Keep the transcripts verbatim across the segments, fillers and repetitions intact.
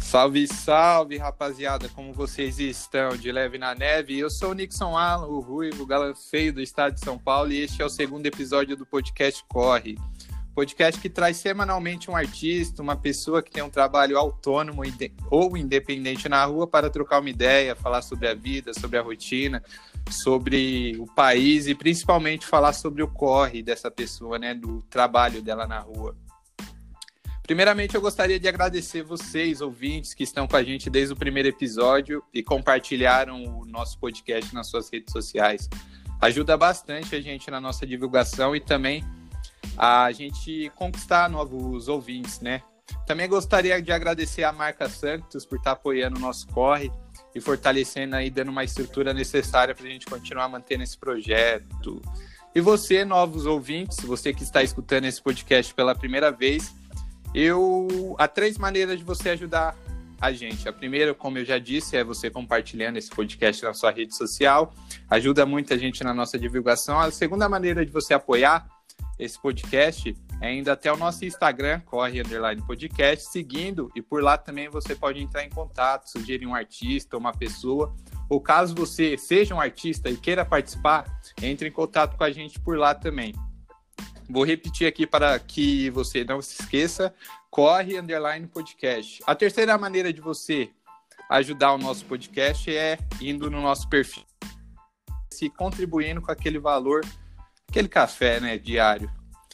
Salve, salve, rapaziada, como vocês estão? De leve na neve? Eu sou o Nixon Alan, o ruivo, galã feio do estado de São Paulo, e este é o segundo episódio do podcast Corre. Podcast que traz semanalmente um artista, uma pessoa que tem um trabalho autônomo ou independente na rua para trocar uma ideia, falar sobre a vida, sobre a rotina, sobre o país e principalmente falar sobre o corre dessa pessoa, né, do trabalho dela na rua. Primeiramente, eu gostaria de agradecer vocês, ouvintes, que estão com a gente desde o primeiro episódio e compartilharam o nosso podcast nas suas redes sociais. Ajuda bastante a gente na nossa divulgação e também a gente conquistar novos ouvintes, né? Também gostaria de agradecer a marca Santos por estar apoiando o nosso corre e fortalecendo aí, dando uma estrutura necessária para a gente continuar mantendo esse projeto. E você, novos ouvintes, você que está escutando esse podcast pela primeira vez, Eu, há três maneiras de você ajudar a gente. A primeira, como eu já disse, é você compartilhando esse podcast na sua rede social. Ajuda muito a gente na nossa divulgação. A segunda maneira de você apoiar esse podcast é indo até o nosso Instagram, corre underline podcast, seguindo, e por lá também você pode entrar em contato, sugerir um artista, uma pessoa, ou caso você seja um artista e queira participar, entre em contato com a gente por lá também. Vou repetir aqui para que você não se esqueça, corre underline podcast. A terceira maneira de você ajudar o nosso podcast é indo no nosso perfil, se contribuindo com aquele valor, aquele café, né, diário.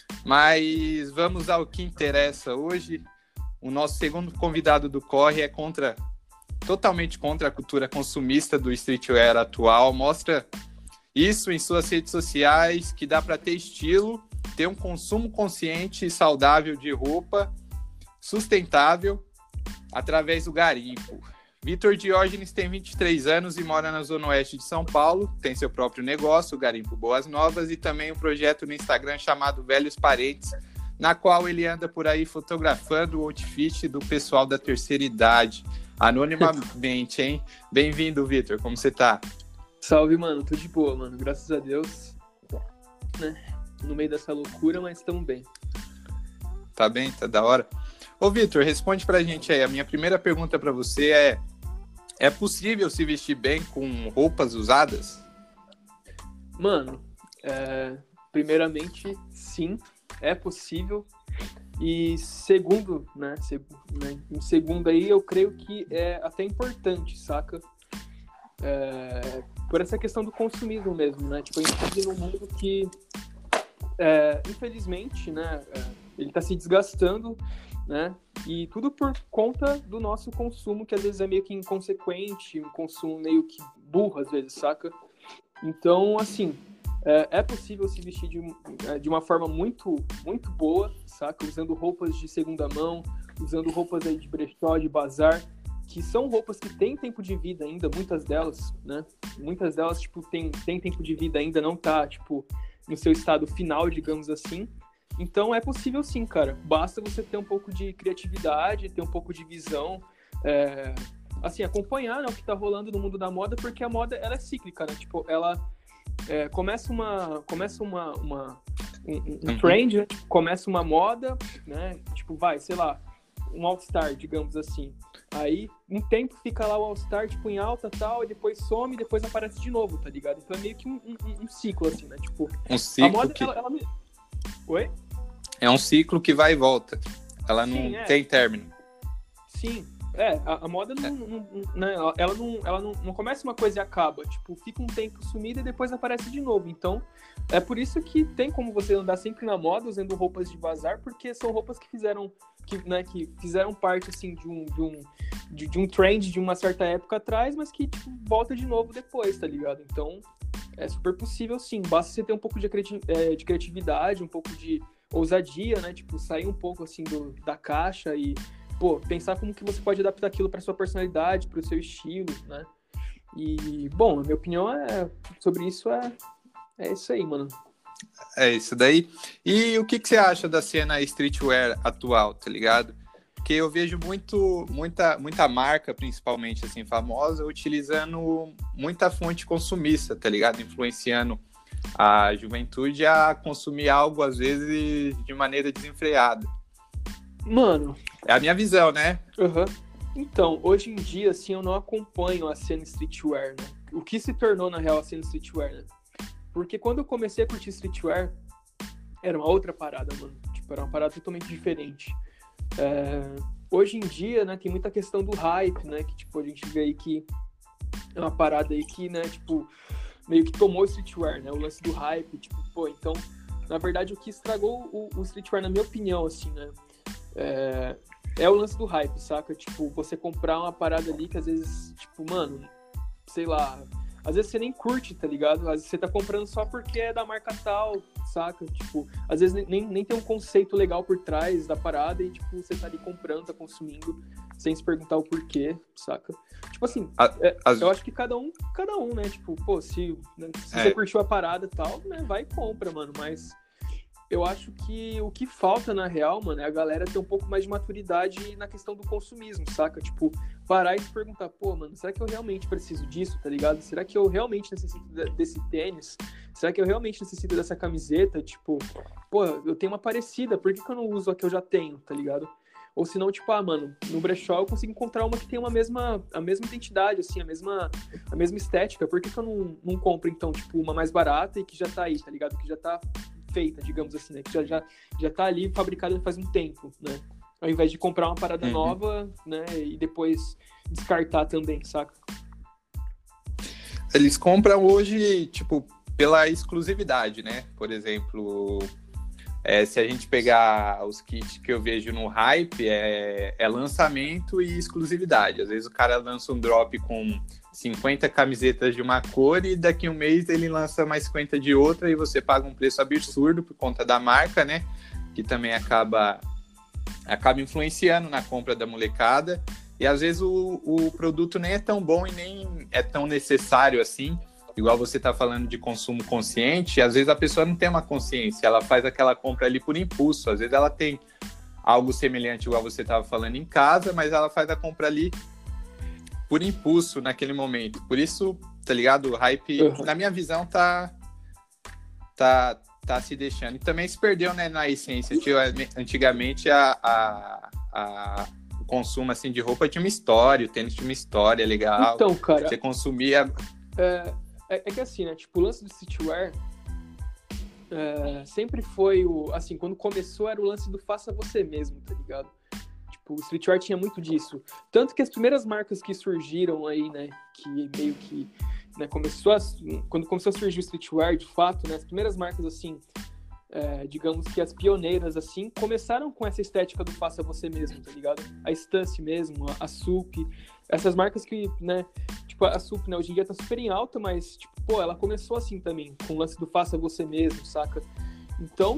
Mas vamos ao que interessa hoje. O nosso segundo convidado do Corre é contra, totalmente contra a cultura consumista do streetwear atual. Mostra isso em suas redes sociais, que dá para ter estilo, ter um consumo consciente e saudável de roupa sustentável através do garimpo. Vitor Diógenes tem vinte e três anos e mora na Zona Oeste de São Paulo, tem seu próprio negócio, o Garimpo Boas Novas, e também um projeto no Instagram chamado Velhos Parentes, na qual ele anda por aí fotografando o outfit do pessoal da terceira idade, anonimamente, hein? Bem-vindo, Vitor, como você tá? Salve, mano, tô de boa, mano, graças a Deus, né? No meio dessa loucura, mas estamos bem. Tá bem? Tá da hora? Ô, Vitor, responde pra gente aí. A minha primeira pergunta pra você é: é possível se vestir bem com roupas usadas? Mano, é... primeiramente, sim, é possível. E segundo, né, seg... né, em segundo aí, eu creio que é até importante, saca? É... Por essa questão do consumismo mesmo, né? Tipo, a gente vive num mundo que É, infelizmente, né, é, ele está se desgastando, né, e tudo por conta do nosso consumo, que às vezes é meio que inconsequente, um consumo meio que burro, às vezes, saca? Então, assim, é, é possível se vestir de, de uma forma muito, muito boa, saca? Usando roupas de segunda mão, usando roupas aí de brechó, de bazar, que são roupas que têm tempo de vida ainda, muitas delas, né? Muitas delas, tipo, tem, tem tempo de vida ainda, não tá, tipo, no seu estado final, digamos assim. Então é possível sim, cara. Basta você ter um pouco de criatividade, ter um pouco de visão, é... assim, acompanhar, né, o que tá rolando no mundo da moda, porque a moda, ela é cíclica, né? Tipo, ela é, começa uma começa uma, uma um, um trend, né? Tipo, começa uma moda, né? Tipo, vai, sei lá, um All-Star, digamos assim. Aí, um tempo fica lá o All-Star, tipo, em alta e tal, e depois some, e depois aparece de novo, tá ligado? Então é meio que um, um, um ciclo, assim, né? Tipo, um ciclo a moda, que... ela, ela... Oi? É um ciclo que vai e volta. Ela não Sim, é. tem término. Sim, é. A, a moda não, é. não, não, né? ela, não, ela não, não começa uma coisa e acaba. Tipo, fica um tempo sumida e depois aparece de novo. Então, é por isso que tem como você andar sempre na moda usando roupas de bazar, porque são roupas que fizeram... Que, né, que fizeram parte, assim, de um, de, um, de, de um trend de uma certa época atrás, mas que, tipo, volta de novo depois, tá ligado? Então, é super possível, sim. Basta você ter um pouco de, criati- é, de criatividade, um pouco de ousadia, né? Tipo, sair um pouco, assim, do, da caixa e, pô, pensar como que você pode adaptar aquilo pra sua personalidade, pro seu estilo, né? E, bom, a minha opinião é, sobre isso é, é isso aí, mano. É isso daí. E o que, que você acha da cena streetwear atual, tá ligado? Porque eu vejo muito, muita, muita marca, principalmente assim, famosa, utilizando muita fonte consumista, tá ligado? Influenciando a juventude a consumir algo, às vezes, de maneira desenfreada. Mano... É a minha visão, né? Aham. Uhum. Então, hoje em dia, assim, eu não acompanho a cena streetwear, né? O que se tornou, na real, a cena streetwear, né? Porque quando eu comecei a curtir streetwear, era uma outra parada, mano. Tipo, era uma parada totalmente diferente. É... Hoje em dia, né, tem muita questão do hype, né? Que, tipo, a gente vê aí que é uma parada aí que, né, tipo, meio que tomou o streetwear, né? O lance do hype, tipo, pô, então, na verdade, o que estragou o, o streetwear, na minha opinião, assim, né? É... é o lance do hype, saca? Tipo, você comprar uma parada ali que às vezes, tipo, mano, sei lá, às vezes você nem curte, tá ligado? Às vezes você tá comprando só porque é da marca tal, saca? Tipo, às vezes nem, nem tem um conceito legal por trás da parada e, tipo, você tá ali comprando, tá consumindo, sem se perguntar o porquê, saca? Tipo assim, A, é, as... eu acho que cada um, cada um, né? Tipo, pô, se, né, se é. você curtiu a parada e tal, né, vai e compra, mano, mas... Eu acho que o que falta, na real, mano, é a galera ter um pouco mais de maturidade na questão do consumismo, saca? Tipo, parar e se perguntar, pô, mano, será que eu realmente preciso disso, tá ligado? Será que eu realmente necessito desse tênis? Será que eu realmente necessito dessa camiseta? Tipo, pô, eu tenho uma parecida, por que, que eu não uso a que eu já tenho, tá ligado? Ou se não, tipo, ah, mano, no brechó eu consigo encontrar uma que tem uma mesma, a mesma identidade, assim, a mesma, a mesma estética. Por que, que eu não, não compro, então, tipo, uma mais barata e que já tá aí, tá ligado? Que já tá feita, digamos assim, né? Que já, já, já tá ali fabricada faz um tempo, né? Ao invés de comprar uma parada uhum. nova, né? E depois descartar também, saca? Eles compram hoje, tipo, pela exclusividade, né? Por exemplo, é, se a gente pegar os kits que eu vejo no hype, é, é lançamento e exclusividade. Às vezes o cara lança um drop com cinquenta camisetas de uma cor e daqui a um mês ele lança mais cinquenta de outra e você paga um preço absurdo por conta da marca, né? Que também acaba, acaba influenciando na compra da molecada. E às vezes o, o produto nem é tão bom e nem é tão necessário assim. Igual você tá falando de consumo consciente, às vezes a pessoa não tem uma consciência, ela faz aquela compra ali por impulso. Às vezes ela tem algo semelhante, igual você tava falando em casa, mas ela faz a compra ali por impulso naquele momento. Por isso, tá ligado? O hype, uhum. na minha visão, tá, tá, tá se deixando. E também se perdeu, né, na essência. Tio, antigamente, a, a, a, o consumo assim, de roupa tinha uma história, o tênis tinha uma história legal. Então, cara... Você consumia... É, é, é que assim, né? Tipo, o lance do streetwear é, sempre foi o... Assim, quando começou era o lance do faça você mesmo, tá ligado? O streetwear tinha muito disso. Tanto que as primeiras marcas que surgiram aí, né, que meio que, né, começou a, quando começou a surgir o streetwear, de fato, né, as primeiras marcas, assim, é, digamos que as pioneiras, assim, começaram com essa estética do faça você mesmo, tá ligado? A Stance mesmo, a, a Sup, essas marcas que, né, tipo, a Sup, né, hoje em dia tá super em alta, mas, tipo, pô, ela começou assim também, com o lance do faça você mesmo, saca? Então,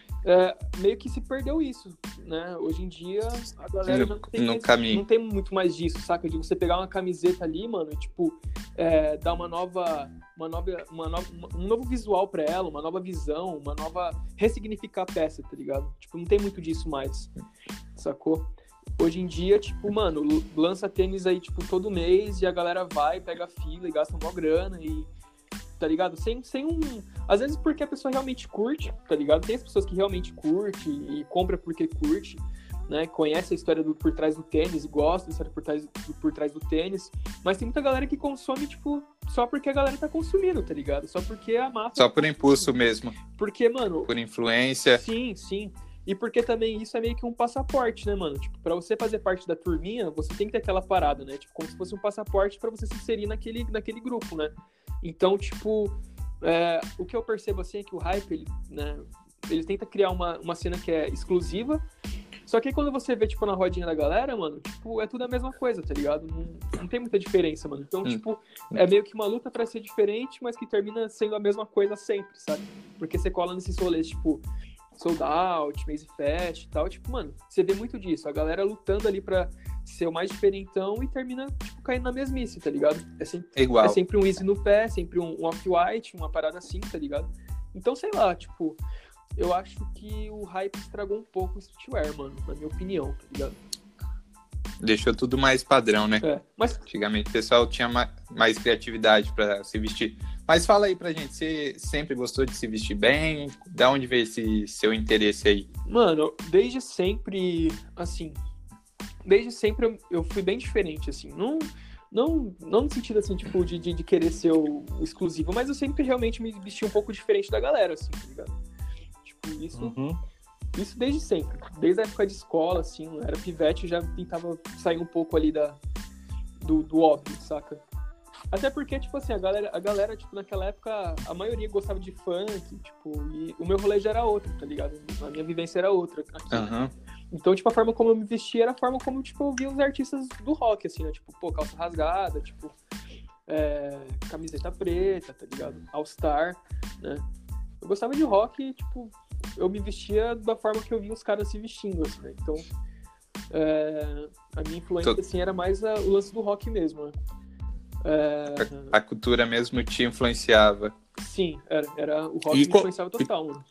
É, meio que se perdeu isso, né? Hoje em dia, a galera no, não, tem no mais, caminho. não tem muito mais disso, saca? De você pegar uma camiseta ali, mano, e, tipo, é, dar uma nova, uma nova, uma nova, um novo visual pra ela, uma nova visão, uma nova... ressignificar a peça, tá ligado? Tipo, não tem muito disso mais, sacou? Hoje em dia, tipo, mano, lança tênis aí, tipo, todo mês e a galera vai, pega a fila e gasta uma grana e... tá ligado? Sem, sem um... Às vezes porque a pessoa realmente curte, tá ligado? Tem as pessoas que realmente curte e compra porque curte, né? Conhece a história do, por trás do tênis e gosta da história por trás, do, por trás do tênis. Mas tem muita galera que consome, tipo, só porque a galera tá consumindo, tá ligado? Só porque a massa... Só por impulso mesmo. Porque, mano... Por influência. Sim, sim. E porque também isso é meio que um passaporte, né, mano? Tipo, pra você fazer parte da turminha, você tem que ter aquela parada, né? Tipo, como se fosse um passaporte pra você se inserir naquele, naquele grupo, né? Então, tipo, é, o que eu percebo assim é que o hype, ele, né, ele tenta criar uma, uma cena que é exclusiva, só que aí quando você vê, tipo, na rodinha da galera, mano, tipo, é tudo a mesma coisa, tá ligado? Não, não tem muita diferença, mano. Então, hum. tipo, é meio que uma luta pra ser diferente, mas que termina sendo a mesma coisa sempre, sabe? Porque você cola nesses rolês, tipo... Sold Out, Maze Fest e tal, tipo, mano, você vê muito disso, a galera lutando ali pra ser o mais diferentão e termina, tipo, caindo na mesmice, tá ligado? É sempre, é igual. É sempre um Easy no pé, sempre um, um Off-White, uma parada assim, tá ligado? Então, sei lá, tipo, eu acho que o hype estragou um pouco o streetwear, mano, na minha opinião, tá ligado? Deixou tudo mais padrão, né? É, mas... Antigamente o pessoal tinha mais criatividade pra se vestir. Mas fala aí pra gente, você sempre gostou de se vestir bem? Da onde veio esse seu interesse aí? Mano, desde sempre, assim, desde sempre eu, eu fui bem diferente, assim. Não, não, não no sentido, assim, tipo, de, de, de querer ser o, o exclusivo, mas eu sempre realmente me vesti um pouco diferente da galera, assim, tá ligado? Tipo, isso, Uhum. isso desde sempre. Desde a época de escola, assim, eu era pivete, eu já tentava sair um pouco ali da, do, do óbvio, saca? Até porque, tipo assim, a galera, a galera, tipo, naquela época, a maioria gostava de funk, tipo, e o meu rolê já era outro, tá ligado? A minha vivência era outra aqui. Uhum. Então, tipo, a forma como eu me vestia era a forma como, tipo, eu via os artistas do rock, assim, né? Tipo, pô, calça rasgada, tipo, é, camiseta preta, tá ligado? All Star, né? Eu gostava de rock e, tipo, eu me vestia da forma que eu via os caras se vestindo, assim, né? Então, é, a minha influência, Tô- assim, era mais a- o lance do rock mesmo, né? É, A cultura mesmo te influenciava. sim, era, era, o rock E, me co- influenciava total, mano.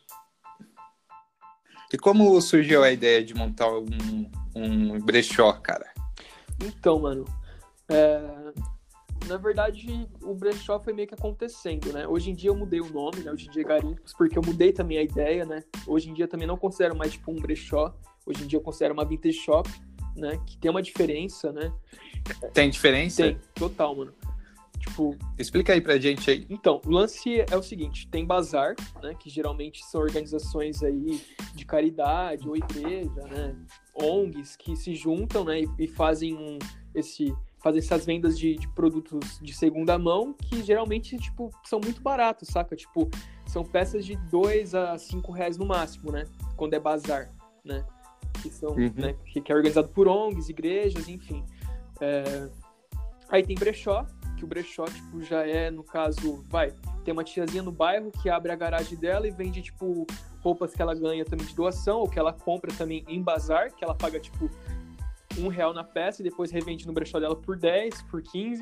e como surgiu a ideia de montar um, um brechó, cara? Então, mano, é, na verdade, o brechó foi meio que acontecendo, né? Hoje em dia eu mudei o nome, né? Hoje em dia é Garimpos, porque eu mudei também a ideia, né? Hoje em dia eu também não considero mais, tipo, um brechó. Hoje em dia eu considero uma vintage shop, né? Que tem uma diferença, né? Tem diferença? Tem, total, mano. Tipo, Explica aí pra gente aí. então, o lance é o seguinte, tem bazar, né? Que geralmente são organizações aí de caridade ou igreja, né? O N Gs que se juntam, né? E, e fazem um, esse... fazem essas vendas de, de produtos de segunda mão que geralmente, tipo, são muito baratos, saca? Tipo, são peças de dois a cinco reais no máximo, né? Quando é bazar, né? Que são, Uhum. né? Que, que é organizado por O N Gs, igrejas, enfim. É... Aí tem brechó, que o brechó, tipo, já é, no caso, vai, tem uma tiazinha no bairro que abre a garagem dela e vende, tipo, roupas que ela ganha também de doação, ou que ela compra também em bazar, que ela paga, tipo, um real na peça e depois revende no brechó dela por dez, por quinze.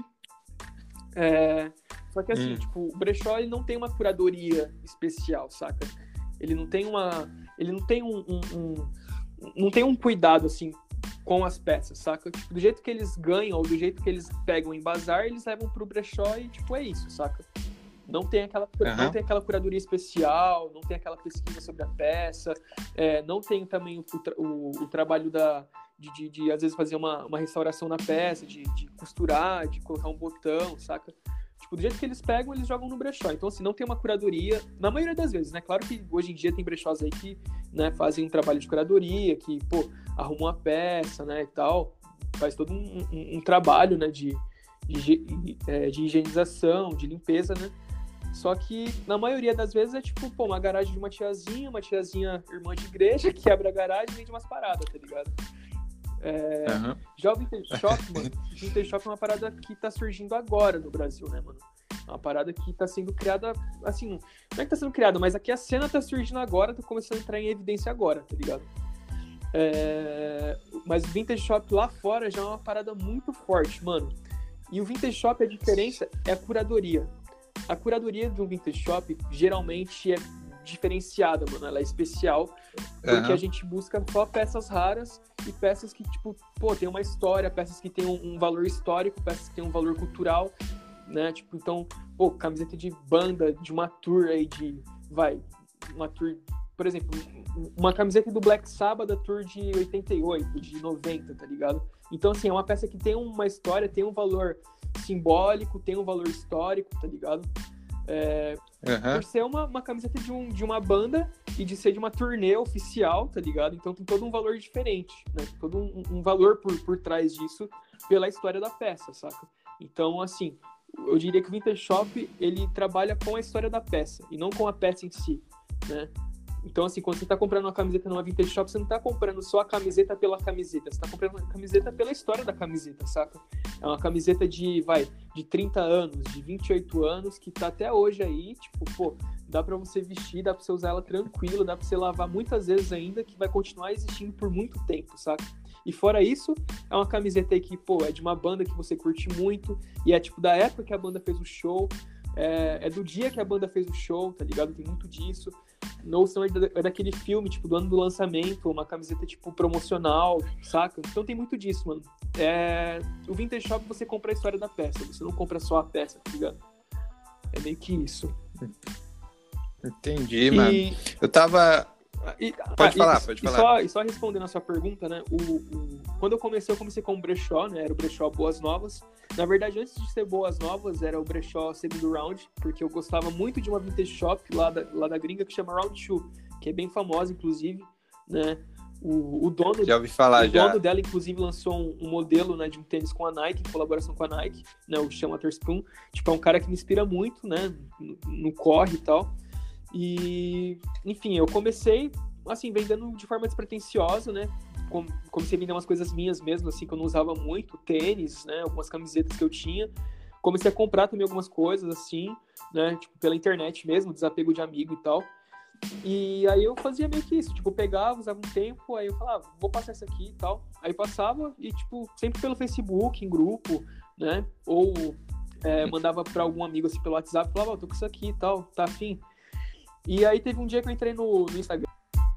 É... Só que assim, Hum. tipo, o brechó ele não tem uma curadoria especial, saca? Ele não tem uma. Ele não tem um, um, um- não tem um cuidado, assim, com as peças, saca? Tipo, do jeito que eles ganham, ou do jeito que eles pegam em bazar, eles levam pro brechó e, tipo, é isso, saca? Não tem aquela, Aham. não tem aquela curadoria especial, não tem aquela pesquisa sobre a peça, é, não tem também o, o tra- o- o trabalho da, de, de, de, às vezes, fazer uma, uma restauração na peça, de, de costurar, de colocar um botão, saca? Tipo, do jeito que eles pegam, eles jogam no brechó. Então, assim, não tem uma curadoria, na maioria das vezes, né? Claro que hoje em dia tem brechós aí que, né, fazem um trabalho de curadoria, que, pô, arrumam a peça, né, e tal, faz todo um, um- um trabalho, né, de, de, higi- é, de higienização, de limpeza, né? Só que, na maioria das vezes, é tipo, pô, uma garagem de uma tiazinha, uma tiazinha irmã de igreja, que abre a garagem e vende umas paradas, tá ligado? É, Aham. já o Vintage Shop, mano, o Vintage Shop é uma parada que tá surgindo agora no Brasil, né, mano? É uma parada que tá sendo criada, assim, não é que tá sendo criada, mas aqui a cena tá surgindo agora, tá começando a entrar em evidência agora, tá ligado? É, mas o Vintage Shop lá fora já é uma parada muito forte, mano. E o Vintage Shop, a diferença é a curadoria. A curadoria de um Vintage Shop geralmente é diferenciada, mano. Ela é especial, porque Aham. a gente busca só peças raras e peças que, tipo, pô, tem uma história, peças que tem um, um valor histórico, peças que tem um valor cultural, né? Tipo, então, pô, camiseta de banda, de uma tour aí de, vai, uma tour, por exemplo, uma camiseta do Black Sabbath da tour de oitenta e oito, de noventa, tá ligado? Então, assim, é uma peça que tem uma história, tem um valor simbólico, tem um valor histórico, tá ligado? É, Aham. por ser uma, uma camiseta de, um, de uma banda e de ser de uma turnê oficial, tá ligado? Então tem todo um valor diferente, né? Todo um, um valor por, por trás disso pela história da peça, saca? Então, assim, eu diria que o Vintage Shop, ele trabalha com a história da peça e não com a peça em si, né? Então, assim, quando você tá comprando uma camiseta numa Vintage Shop, você não tá comprando só a camiseta pela camiseta, você tá comprando uma camiseta pela história da camiseta, saca? É uma camiseta de, vai, de trinta anos, de vinte e oito anos, que tá até hoje aí, tipo, pô, dá pra você vestir, dá pra você usar ela tranquilo, dá pra você lavar muitas vezes ainda, que vai continuar existindo por muito tempo, saca? E fora isso, é uma camiseta aí que, pô, é de uma banda que você curte muito, e é, tipo, da época que a banda fez o show, é, é do dia que a banda fez o show, tá ligado? Tem muito disso. Ou senão é, da, é daquele filme, tipo, do ano do lançamento, uma camiseta, tipo, promocional, saca? Então tem muito disso, mano. É... O Vintage Shop você compra a história da peça, você não compra só a peça, tá ligado? É meio que isso. Entendi, E- mano. Eu tava. E, Pode ah, falar, e, pode e falar. Só, e só respondendo a sua pergunta, né? O, o, quando eu comecei, eu comecei com o brechó, né? Era o brechó Boas Novas. Na verdade, antes de ser Boas Novas, era o brechó Segundo Round, porque eu gostava muito de uma vintage shop lá da, lá da gringa que chama Round Shoe, que é bem famosa, inclusive, né? O, o dono, Já ouvi falar, o já. dono dela, inclusive, lançou um, um modelo, né, de um tênis com a Nike, em colaboração com a Nike, né? O Sean Wotherspoon. Tipo, é um cara que me inspira muito, né? No, no corre e tal. E, enfim, eu comecei, assim, vendendo de forma despretensiosa, né? Comecei a vender umas coisas minhas mesmo, assim, que eu não usava muito, tênis, né? Algumas camisetas que eu tinha. Comecei a comprar também algumas coisas, assim, né? Tipo, pela internet mesmo, desapego de amigo e tal. E aí eu fazia meio que isso, tipo, pegava, usava um tempo, aí eu falava, vou passar isso aqui e tal. Aí passava e, tipo, sempre pelo Facebook, em grupo, né? Ou é, mandava pra algum amigo, assim, pelo WhatsApp, falava, ó, oh, tô com isso aqui e tal, tá afim? E aí teve um dia que eu entrei no, no Instagram.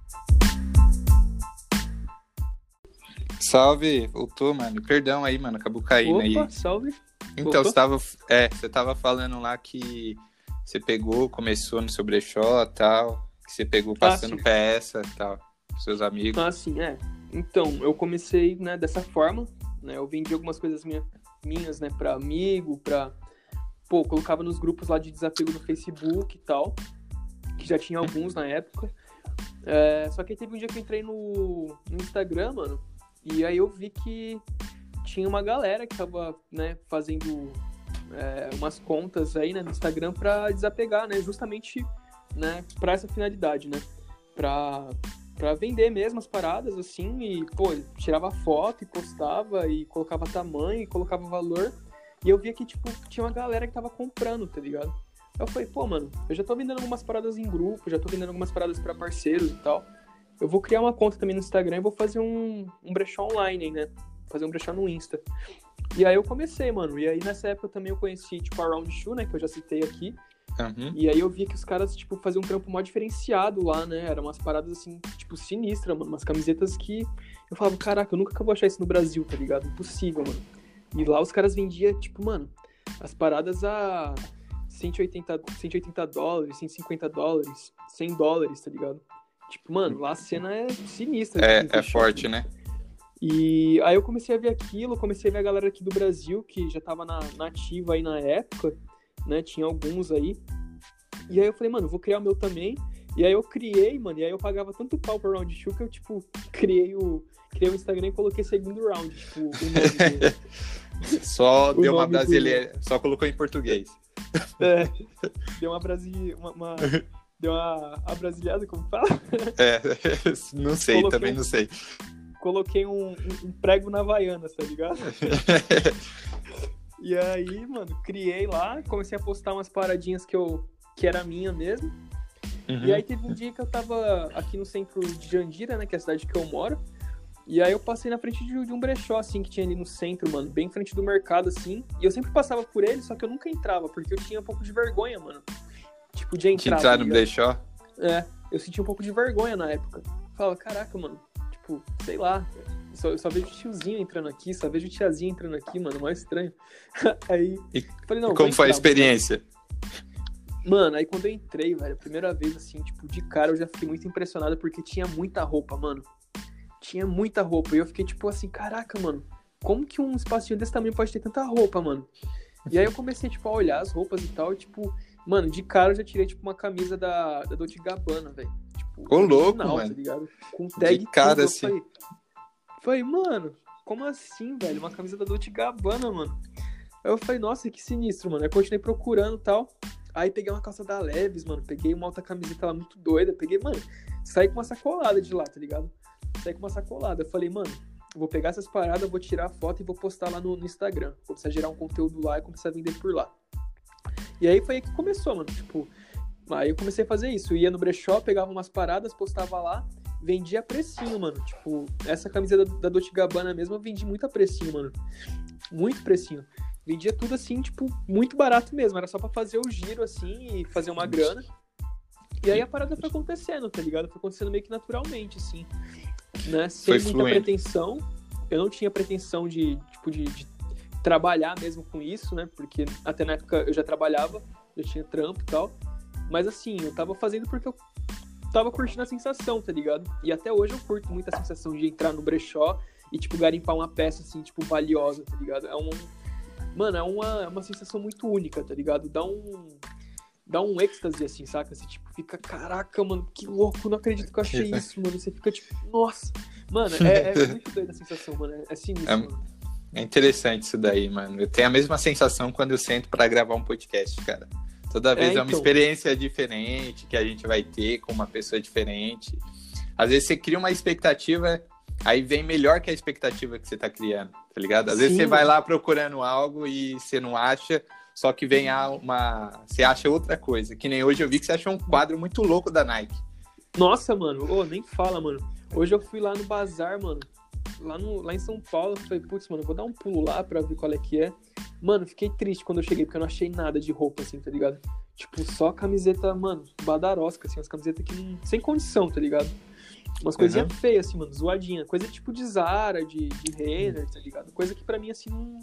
Salve, voltou, mano. Perdão aí, mano, acabou caindo aí. Opa, salve. Então, você tava, é, você tava falando lá que você pegou, começou no seu brechó e tal, que você pegou passando Ah, peça e tal, com seus amigos. Ah, sim, é. Então, eu comecei, né, dessa forma, né, eu vendi algumas coisas minha, minhas, né, pra amigo, pra... Pô, colocava nos grupos lá de desapego no Facebook e tal, que já tinha alguns na época. É, só que aí teve um dia que eu entrei no, no Instagram, mano, e aí eu vi que tinha uma galera que tava, né, fazendo é, umas contas aí, né, no Instagram pra desapegar, né, justamente, né, pra essa finalidade, né, pra, pra vender mesmo as paradas, assim, e, pô, tirava foto e postava e colocava tamanho e colocava valor, e eu via que, tipo, tinha uma galera que tava comprando, tá ligado? Aí eu falei, pô, mano, eu já tô vendendo algumas paradas em grupo, já tô vendendo algumas paradas pra parceiros e tal, eu vou criar uma conta também no Instagram e vou fazer um, um brechó online aí, né? Fazer um brechó no Insta. E aí eu comecei, mano. E aí nessa época também eu conheci, tipo, a Round Shoe, né? Que eu já citei aqui. Uhum. E aí eu vi que os caras, tipo, faziam um trampo mó diferenciado lá, né? Eram umas paradas, assim, tipo, sinistras, mano. Umas camisetas que eu falava, caraca, eu nunca que eu vou achar isso no Brasil, tá ligado? Impossível, mano. E lá os caras vendiam, tipo, mano, as paradas a cento e oitenta, cento e oitenta dólares, cento e cinquenta dólares, cem dólares, tá ligado? Tipo, mano, lá a cena é sinistra. É, tipo, é forte, né? E aí eu comecei a ver aquilo, comecei a ver a galera aqui do Brasil, que já tava na, na ativa aí na época, né? Tinha alguns aí. E aí eu falei, mano, vou criar o meu também. E aí eu criei, mano, e aí eu pagava tanto pau pro Round Shoe que eu, tipo, criei o, criei o Instagram e coloquei Segundo Round, tipo, o nome do... Só o deu uma nome brasileira, do... só colocou em português. É, deu uma brasi... uma... uma... Deu uma abrasileada, como fala? É, não sei, Coloquei também um... não sei. Coloquei um, um, um prego na Havaianas, tá ligado? E aí, mano, criei lá, comecei a postar umas paradinhas que, eu, que era minha mesmo. Uhum. E aí teve um dia que eu tava aqui no centro de Jandira, né, que é a cidade que eu moro. E aí eu passei na frente de, de um brechó, assim, que tinha ali no centro, mano, bem em frente do mercado, assim. E eu sempre passava por ele, só que eu nunca entrava, porque eu tinha um pouco de vergonha, mano. Tipo, de entrar. De entrar no brechó? É, eu sentia um pouco de vergonha na época. Falava, caraca, mano, tipo, sei lá, só, eu só vejo tiozinho entrando aqui, só vejo tiazinha entrando aqui, mano, mais estranho. Aí, e, falei, não, como entrar, foi a experiência? Mano, aí quando eu entrei, velho, a primeira vez, assim, tipo, de cara eu já fiquei muito impressionado porque tinha muita roupa, mano. Tinha muita roupa. E eu fiquei, tipo, assim, caraca, mano, como que um espacinho desse tamanho pode ter tanta roupa, mano? E aí eu comecei, tipo, a olhar as roupas e tal, e, tipo, mano, de cara eu já tirei, tipo, uma camisa da, da Dolce Gabbana, velho. Tipo, ô louco, final, mano. Tá ligado? Com tag de cara, tudo. assim. Eu falei, falei, mano, como assim, velho? Uma camisa da Dolce Gabbana, mano. Aí eu falei, nossa, que sinistro, mano. Aí eu continuei procurando e tal. Aí peguei uma calça da Levi's, mano. Peguei uma outra camiseta lá muito doida. Peguei, mano, saí com uma sacolada de lá, tá ligado? Saí com uma sacolada. Eu falei, mano, vou pegar essas paradas, vou tirar a foto e vou postar lá no, no Instagram. Vou começar a gerar um conteúdo lá e começar a vender por lá. E aí foi aí que começou, mano. Tipo, aí eu comecei a fazer isso. Eu ia no brechó, pegava umas paradas, postava lá, vendia a precinho, mano. Tipo, essa camisa da, da Dolce Gabbana mesmo, eu vendi muito a precinho, mano. Muito precinho. Vendia tudo assim, tipo, muito barato mesmo. Era só pra fazer o giro, assim, e fazer uma grana. E aí a parada foi acontecendo, tá ligado? Foi acontecendo meio que naturalmente, assim. Né? Sem foi muita fluente. pretensão. Eu não tinha pretensão de, tipo, de, de trabalhar mesmo com isso, né? Porque até na época eu já trabalhava, eu tinha trampo e tal. Mas assim, eu tava fazendo porque eu tava curtindo a sensação, tá ligado? E até hoje eu curto muito a sensação de entrar no brechó e, tipo, garimpar uma peça, assim, tipo, valiosa, tá ligado? É um... Mano, é uma, é uma sensação muito única, tá ligado? Dá um... Dá um êxtase, assim, saca? Você, tipo, fica, caraca, mano, que louco, não acredito que eu achei isso, mano. Você fica, tipo, nossa. Mano, é, é muito doida a sensação, mano. É sinistro, É, mano. é interessante isso daí, mano. Eu tenho a mesma sensação quando eu sento pra gravar um podcast, cara. Toda vez é, é uma então. experiência diferente que a gente vai ter com uma pessoa diferente. Às vezes você cria uma expectativa, aí vem melhor que a expectativa que você tá criando, tá ligado? Às Sim, vezes você mano. vai lá procurando algo e você não acha, só que vem uma... Você acha outra coisa. Que nem hoje eu vi que você achou um quadro muito louco da Nike. Nossa, mano. Ô, nem fala, mano. Hoje eu fui lá no bazar, mano. Lá, no, lá em São Paulo. Eu falei, putz, mano, vou dar um pulo lá pra ver qual é que é. Mano, fiquei triste quando eu cheguei, porque eu não achei nada de roupa, assim, tá ligado? Tipo, só camiseta, mano, badarosca, assim. Umas camisetas que não... sem condição, tá ligado? Umas coisinhas Uhum. feias, assim, mano, zoadinha. Coisa tipo de Zara, de, de Renner, tá ligado? Coisa que pra mim, assim, não,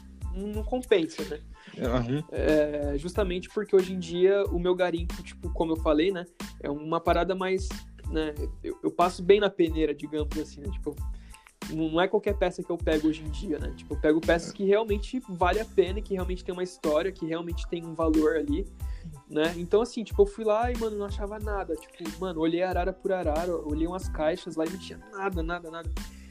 não compensa, né? Uhum. É, justamente porque hoje em dia o meu garimpo, tipo, como eu falei, né, é uma parada mais, né, eu, eu passo bem na peneira, digamos assim, né, tipo, não é qualquer peça que eu pego hoje em dia, né, tipo, eu pego peças que realmente vale a pena, que realmente tem uma história, que realmente tem um valor ali, né, então assim, tipo, eu fui lá e, mano, não achava nada, tipo, mano, olhei arara por arara, olhei umas caixas lá e não tinha nada, nada, nada.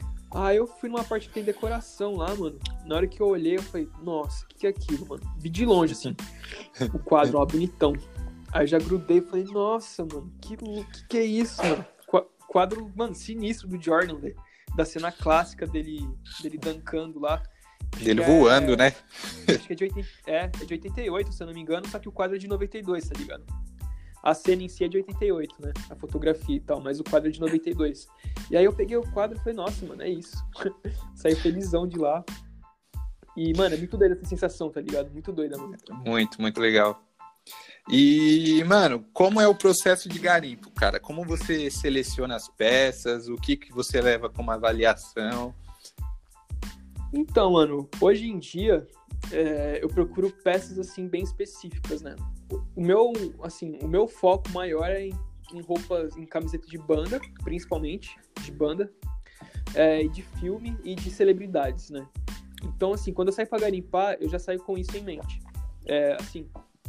Aí eu fui numa parte que tem decoração lá, mano. Na hora que eu olhei, eu falei, nossa, o que, que é aquilo, mano? Vi de longe, assim, o quadro, ó, bonitão. Aí já grudei e falei, nossa, mano, que, que que é isso, mano? Qu- Quadro, mano, sinistro do Jordan, velho. Da cena clássica dele, dele dancando lá. Acho Dele que voando, é, né? Acho que é de, oitenta, é, é de oitenta e oito, se eu não me engano, só que o quadro é de noventa e dois, tá ligado? A cena em si é de oitenta e oito, né? A fotografia e tal, mas o quadro é de noventa e dois. E aí eu peguei o quadro e falei, nossa, mano, é isso. Saí felizão de lá. E, mano, é muito doida essa sensação, tá ligado? Muito doida, mano. Muito, muito legal. E, mano, como é o processo de garimpo, cara? Como você seleciona as peças? O que, que você leva como avaliação? Então, mano, hoje em dia, é, eu procuro peças, assim, bem específicas, né? O meu, assim, o meu foco maior é em, em roupas, em camiseta de banda, principalmente, de banda, é, de filme e de celebridades, né? Então, assim, quando eu saio pra garimpar, eu já saio com isso em mente. É, assim,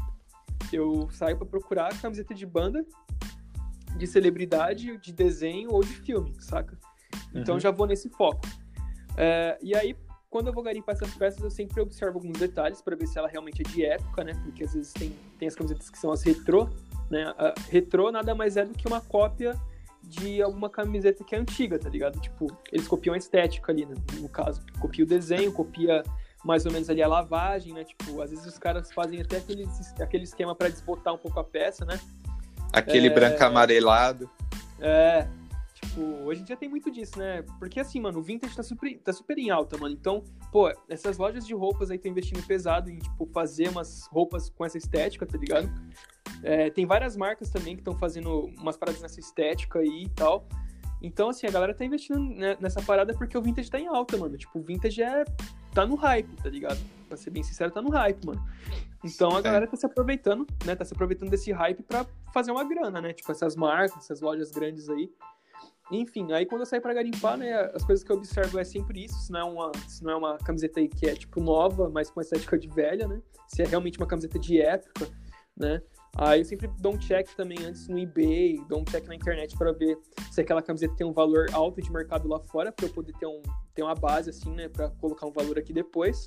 eu saio pra procurar camiseta de banda, de celebridade, de desenho ou de filme, saca? Então, Uhum. já vou nesse foco. É, e aí, quando eu vou garimpar essas peças, eu sempre observo alguns detalhes para ver se ela realmente é de época, né? Porque às vezes tem, tem as camisetas que são as retrô, né? A retrô nada mais é do que uma cópia de alguma camiseta que é antiga, tá ligado? Tipo, eles copiam a estética ali, né? No caso, copia o desenho, copia mais ou menos ali a lavagem, né? Tipo, às vezes os caras fazem até aquele, aquele esquema para desbotar um pouco a peça, né? Aquele É... branco amarelado. É... Tipo, hoje em dia tem muito disso, né? Porque assim, mano, o vintage tá super, tá super em alta, mano. Então, pô, essas lojas de roupas aí estão investindo pesado em, tipo, fazer umas roupas com essa estética, tá ligado? É, tem várias marcas também que estão fazendo umas paradas nessa estética aí e tal. Então, assim, a galera tá investindo nessa parada porque o vintage tá em alta, mano. Tipo, o vintage é... tá no hype, tá ligado? Pra ser bem sincero, tá no hype, mano. Então a galera tá se aproveitando, né? Tá se aproveitando desse hype pra fazer uma grana, né? Tipo, essas marcas, essas lojas grandes aí. Enfim, aí quando eu saio pra garimpar, né, as coisas que eu observo é sempre isso, se não é uma, se não é uma camiseta aí que é, tipo, nova, mas com estética de velha, né, se é realmente uma camiseta de época, né, aí eu sempre dou um check também antes no eBay, dou um check na internet pra ver se aquela camiseta tem um valor alto de mercado lá fora, pra eu poder ter, um, ter uma base, assim, né, pra colocar um valor aqui depois.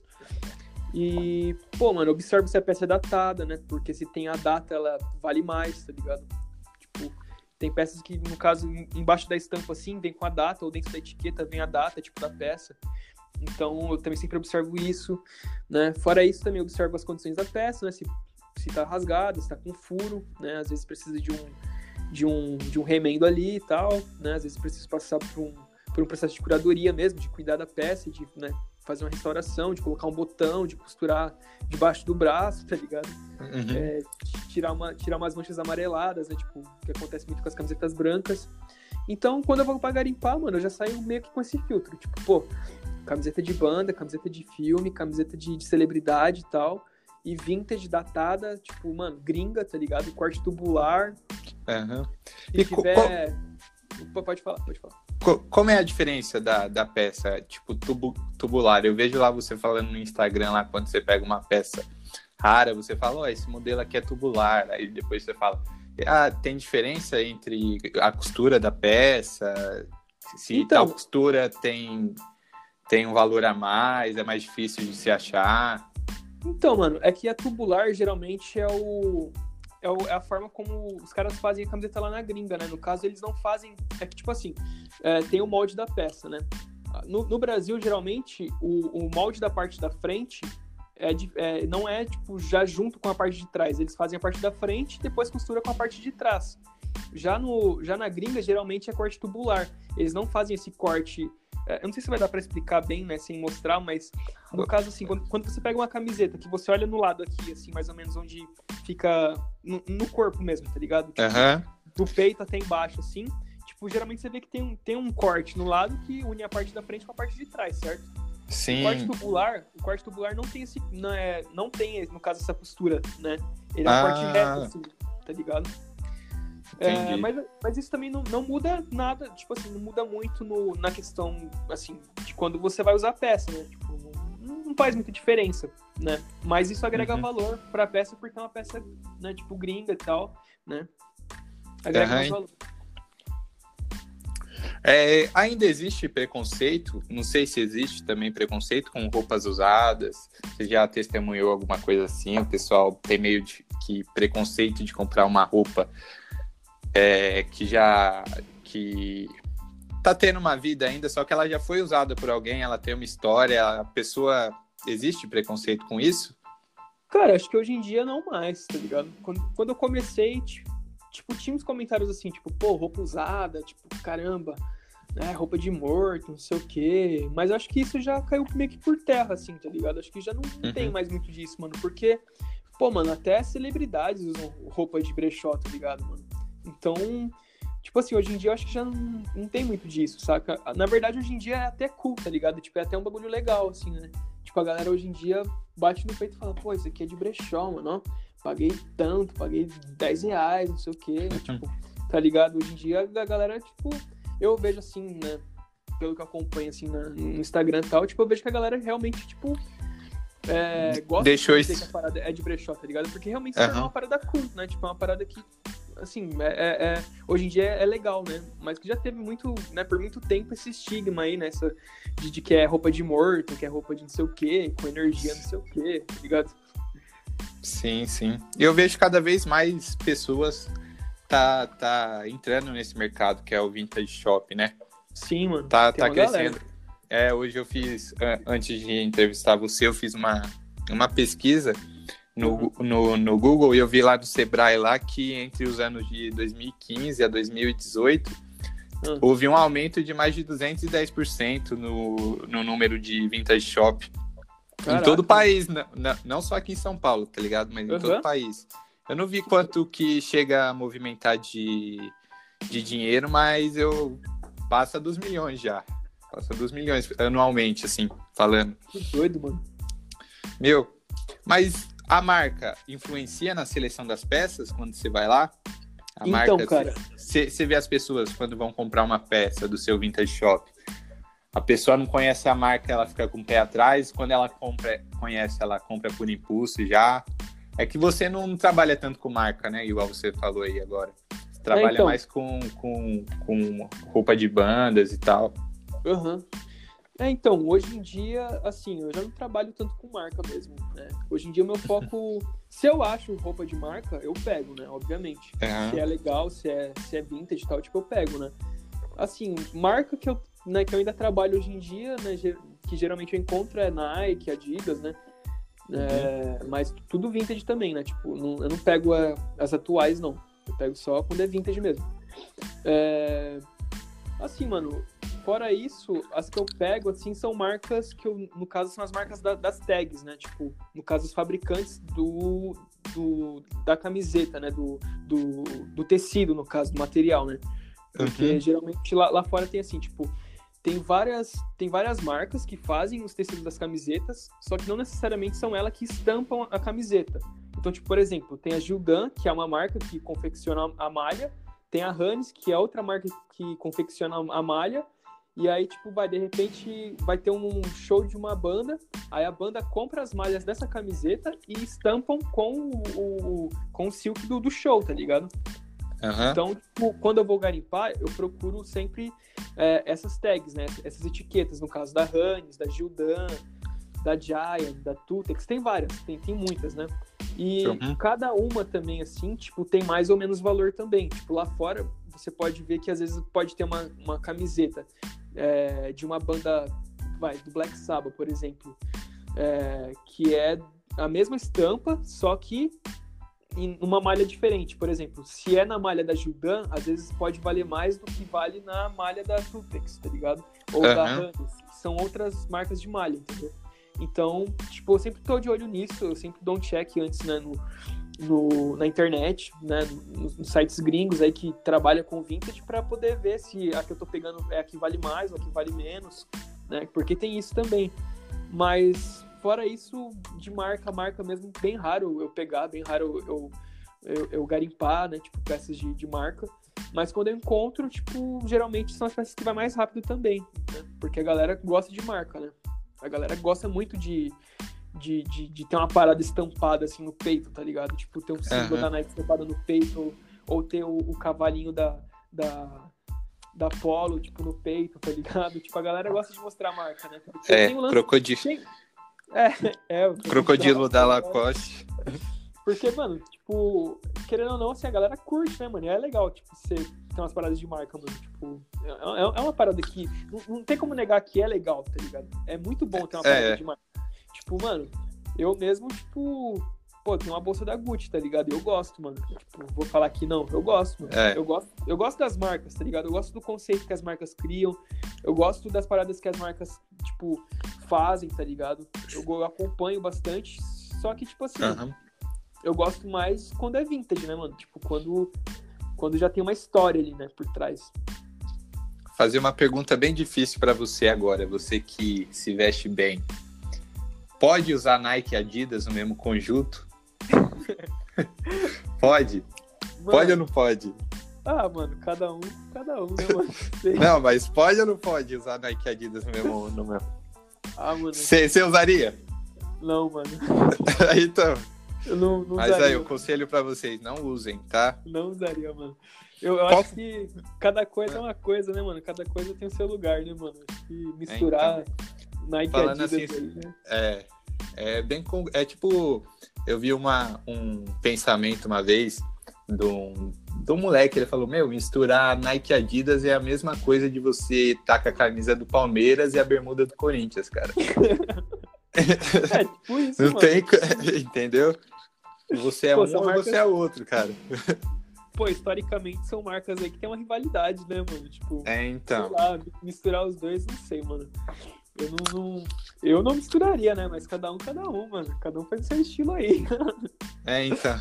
E, pô, mano, eu observo se a peça é datada, né, porque se tem a data, ela vale mais, tá ligado? Tipo... Tem peças que, no caso, embaixo da estampa, assim, vem com a data, ou dentro da etiqueta vem a data, tipo, da peça. Então, eu também sempre observo isso, né? Fora isso, também observo as condições da peça, né? Se, se tá rasgada, se tá com furo, né? Às vezes precisa de um, de um, de um remendo ali e tal, né? Às vezes precisa passar por um, por um processo de curadoria mesmo, de cuidar da peça, de, né, fazer uma restauração, de colocar um botão, de costurar debaixo do braço, tá ligado? Uhum. É, tirar, uma, tirar umas manchas amareladas, né? Tipo, que acontece muito com as camisetas brancas. Então, quando eu vou pra garimpar, mano, eu já saio meio que com esse filtro. Tipo, pô, camiseta de banda, camiseta de filme, camiseta de, de celebridade e tal. E vintage datada, tipo, mano, gringa, tá ligado? Corte tubular. Uhum. Se E co- tiver... Pô, Pode falar, pode falar. Co- Como é a diferença da, da peça, tipo, tubu- tubular? Eu vejo lá você falando no Instagram, lá, quando você pega uma peça rara, você fala, ó, esse modelo aqui é tubular. Aí depois você fala, ah, tem diferença entre a costura da peça? Se Então, tal costura tem, tem um valor a mais, é mais difícil de se achar? então, mano, é que a tubular geralmente é o... É, o- é a forma como os caras fazem a camiseta lá na gringa, né? No caso, eles não fazem... É que, tipo assim, é, tem o molde da peça, né? No, no Brasil, geralmente, o, o molde da parte da frente é de- é, não é, tipo, já junto com a parte de trás. Eles fazem a parte da frente e depois costura com a parte de trás. Já, no, já na gringa, geralmente é corte tubular. Eles não fazem esse corte... é, eu não sei se vai dar pra explicar bem, né? Sem mostrar, mas... No caso, assim, quando, quando você pega uma camiseta, que você olha no lado aqui, assim, mais ou menos onde fica no, no corpo mesmo, tá ligado? Tipo, Aham, do peito até embaixo, assim. Tipo, geralmente você vê que tem um, tem um corte no lado que une a parte da frente com a parte de trás, certo? O corte sim. tubular, o corte tubular não tem esse, não, é, não tem, no caso, essa costura, né? Ele é um corte Ah, reto, assim, tá ligado? É, entendi. mas, mas isso também não, não muda nada, tipo assim, não muda muito no, na questão, assim, de quando você vai usar a peça, né? Tipo, não, não faz muita diferença, né? Mas isso agrega Uhum. valor pra peça porque é uma peça, né, tipo, gringa e tal, né? Agrega mais Aham. valor. É, ainda existe preconceito? Não sei se existe também preconceito com roupas usadas. Você já testemunhou alguma coisa assim? O pessoal tem meio de que preconceito de comprar uma roupa é, que já que tá tendo uma vida ainda, só que ela já foi usada por alguém, ela tem uma história, a pessoa existe preconceito com isso? Cara, acho que hoje em dia não mais, tá ligado? Quando, quando eu comecei, ti- tipo, tinha uns comentários assim, tipo, pô, roupa usada, tipo, caramba, né, roupa de morto, não sei o quê. Mas acho que isso já caiu meio que por terra, assim, tá ligado? Acho que já não, não tem Uhum. mais muito disso, mano, porque, pô, mano, até celebridades usam roupa de brechó, tá ligado, mano? Então, tipo assim, hoje em dia eu acho que já não, não tem muito disso, saca? Na verdade, hoje em dia é até cool, tá ligado? Tipo, é até um bagulho legal, assim, né? Tipo, a galera hoje em dia bate no peito e fala, pô, isso aqui é de brechó, mano, ó. Paguei tanto, paguei dez reais, não sei o quê, tipo, tá ligado? Hoje em dia a galera, tipo, eu vejo assim, né, pelo que eu acompanho, assim, na- no Instagram e tal, tipo, eu vejo que a galera realmente, tipo, é, gosta Deixou de dizer isso. que a parada é de brechó, tá ligado? Porque realmente se tornou Aham. uma parada cool, né? Tipo, é uma parada que, assim, é, é- é- hoje em dia é legal, né? Mas que já teve muito, né, por muito tempo esse estigma aí, né? Essa, de, de que é roupa de morto, que é roupa de não sei o quê, com energia não sei o quê, tá ligado? Sim, sim. E eu vejo cada vez mais pessoas tá, tá entrando nesse mercado que é o vintage shop, né? Sim, mano. Tá, Tem tá uma galera. crescendo. É, hoje eu fiz, an- antes de entrevistar você, eu fiz uma, uma pesquisa no, Uhum. no, no Google e eu vi lá do Sebrae lá que entre os anos de dois mil e quinze a dois mil e dezoito Ah, houve um aumento de mais de duzentos e dez por cento no, no número de vintage shop em caraca. todo o país, não, não, não só aqui em São Paulo, tá ligado? Mas em todo Aham. o país. Eu não vi quanto que chega a movimentar de, de dinheiro, mas eu passa dos milhões já. Passa dos milhões anualmente, assim, falando. Que doido, mano. Meu, mas a marca influencia na seleção das peças quando você vai lá? A Então, marca, cara. Você vê as pessoas quando vão comprar uma peça do seu vintage shop. A pessoa não conhece a marca, ela fica com o pé atrás. Quando ela compra, conhece, ela compra por impulso já. É que você não trabalha tanto com marca, né? Igual você falou aí agora. Você trabalha então. mais com, com, com roupa de bandas e tal. Aham. É, então, hoje em dia, assim, eu já não trabalho tanto com marca mesmo, né? Hoje em dia o meu foco, se eu acho roupa de marca, eu pego, né? Obviamente. Uhum. Se é legal, se é, se é vintage e tal, tipo, eu pego, né? Assim, marca que eu, né, que eu ainda trabalho hoje em dia, né? ge- Que geralmente eu encontro é Nike, Adidas, né? É, mas tudo vintage também, né? Tipo, não- eu não pego a- as atuais, não. Eu pego só quando é vintage mesmo. É, assim, mano, fora isso, as que eu pego, assim, são marcas que eu, no caso, são as marcas da- das tags, né? Tipo, no caso, os fabricantes do, do, da camiseta, né? Do, do, do tecido, no caso, do material, né? Porque Uhum. geralmente lá, lá fora tem assim, tipo, tem várias, tem várias marcas que fazem os tecidos das camisetas, só que não necessariamente são elas que estampam a camiseta. Então, tipo, por exemplo, tem a Gildan, que é uma marca que confecciona a malha, tem a Hanes, que é outra marca que confecciona a malha, e aí, tipo, vai, de repente, vai ter um show de uma banda, aí a banda compra as malhas dessa camiseta e estampam com o, o, com o silk do, do show, tá ligado? Uhum. Então, tipo, quando eu vou garimpar, eu procuro sempre é, essas tags, né? Essas etiquetas, no caso da Hanes, da Gildan, da Giant, da Tutex, tem várias, tem, tem muitas, né? E Uhum. cada uma também, assim, tipo, tem mais ou menos valor também. Tipo, lá fora, você pode ver que às vezes pode ter uma, uma camiseta é, de uma banda, vai, do Black Sabbath, por exemplo, é, que é a mesma estampa, só que em uma malha diferente. Por exemplo, se é na malha da Gildan, às vezes pode valer mais do que vale na malha da Tutex, tá ligado? Ou Uhum. da Hanes, que são outras marcas de malha, entendeu? Então, tipo, eu sempre tô de olho nisso, eu sempre dou um check antes, né, no, no, na internet, né, nos, nos sites gringos aí que trabalham com vintage pra poder ver se a que eu tô pegando é a que vale mais ou a que vale menos, né, porque tem isso também. Mas, fora isso, de marca a marca mesmo, bem raro eu pegar, bem raro eu, eu, eu garimpar, né, tipo, peças de, de marca. Mas quando eu encontro, tipo, geralmente são as peças que vai mais rápido também, né, porque a galera gosta de marca, né. A galera gosta muito de, de, de, de ter uma parada estampada assim no peito, tá ligado? Tipo, ter um símbolo Uhum. da Nike estampado no peito, ou, ou ter o, o cavalinho da, da, da Polo, tipo, no peito, tá ligado? Tipo, a galera gosta de mostrar a marca, né? Porque É, tem o lance... crocodilo, Tem... É, é, o crocodilo da Lacoste. Porque, mano, tipo, querendo ou não, assim, a galera curte, né, mano? E é legal, tipo, você tem umas paradas de marca, mano. Tipo, é, é uma parada que. Não, não tem como negar que é legal, tá ligado? É muito bom ter uma parada É. de marca. Tipo, mano, eu mesmo, tipo, pô, tenho uma bolsa da Gucci, tá ligado? E eu gosto, mano. Tipo, vou falar que não, eu gosto, mano. É. Eu gosto, eu gosto das marcas, tá ligado? Eu gosto do conceito que as marcas criam. Eu gosto das paradas que as marcas, tipo, fazem, tá ligado? Eu, eu acompanho bastante. Só que, tipo assim. Uhum. Eu gosto mais quando é vintage, né, mano? Tipo, quando, quando já tem uma história ali, né, por trás. Fazer uma pergunta bem difícil pra você agora, você que se veste bem. Pode usar Nike e Adidas no mesmo conjunto? Pode? Mano, Pode ou não pode? Ah, mano, cada um, cada um, né, mano? Sei. Não, mas pode ou não pode usar Nike e Adidas no mesmo... No mesmo... Ah, mano. Você usaria? Não, mano. Então... Eu não, não Mas usaria. aí, o conselho pra vocês, não usem, tá? Não usaria, mano. Eu, eu Qual- acho que cada coisa é uma coisa, né, mano? Cada coisa tem o seu lugar, né, mano? Acho que misturar Nike e Falando Adidas assim, aí, né? É, é bem... com- É tipo... Eu vi uma, um pensamento uma vez de um, de um moleque, ele falou, meu, misturar Nike e Adidas é a mesma coisa de você estar com a camisa do Palmeiras e a bermuda do Corinthians, cara. É, tipo isso, Não mano. tem... co- Entendeu? Você é Pô, um são ou marcas- você é outro, cara. Pô, historicamente são marcas aí que tem uma rivalidade, né, mano? Tipo, É, então... sei lá, misturar os dois, não sei, mano. Eu não, não- eu não misturaria, né? Mas cada um, cada um, mano. Cada um faz o seu estilo aí. É, então.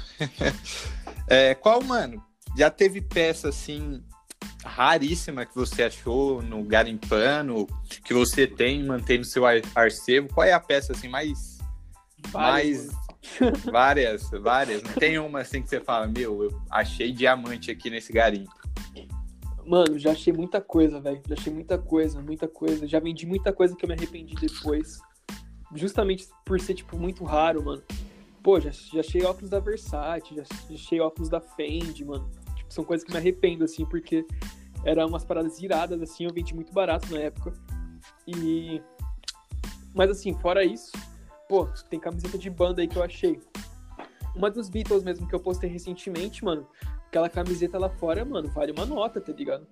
É, qual, mano? Já teve peça, assim, raríssima que você achou no garimpano, que você tem, mantém no seu ar- arcebo? Qual é a peça, assim, mais... Várias, mais... mano. Várias, várias. Não tem uma, assim, que você fala, meu, eu achei diamante aqui nesse garimpo. Mano, já achei muita coisa, velho. Já achei muita coisa, muita coisa. Já vendi muita coisa que eu me arrependi depois. Justamente por ser, tipo, muito raro, mano. Pô, já, já achei óculos da Versace, já, já achei óculos da Fendi, mano. Tipo, são coisas que me arrependo, assim, porque eram umas paradas iradas, assim, eu vendi muito barato na época. E... Mas, assim, fora isso, pô, tem camiseta de banda aí que eu achei. Uma dos Beatles mesmo que eu postei recentemente, mano, aquela camiseta lá fora, mano, vale uma nota, tá ligado?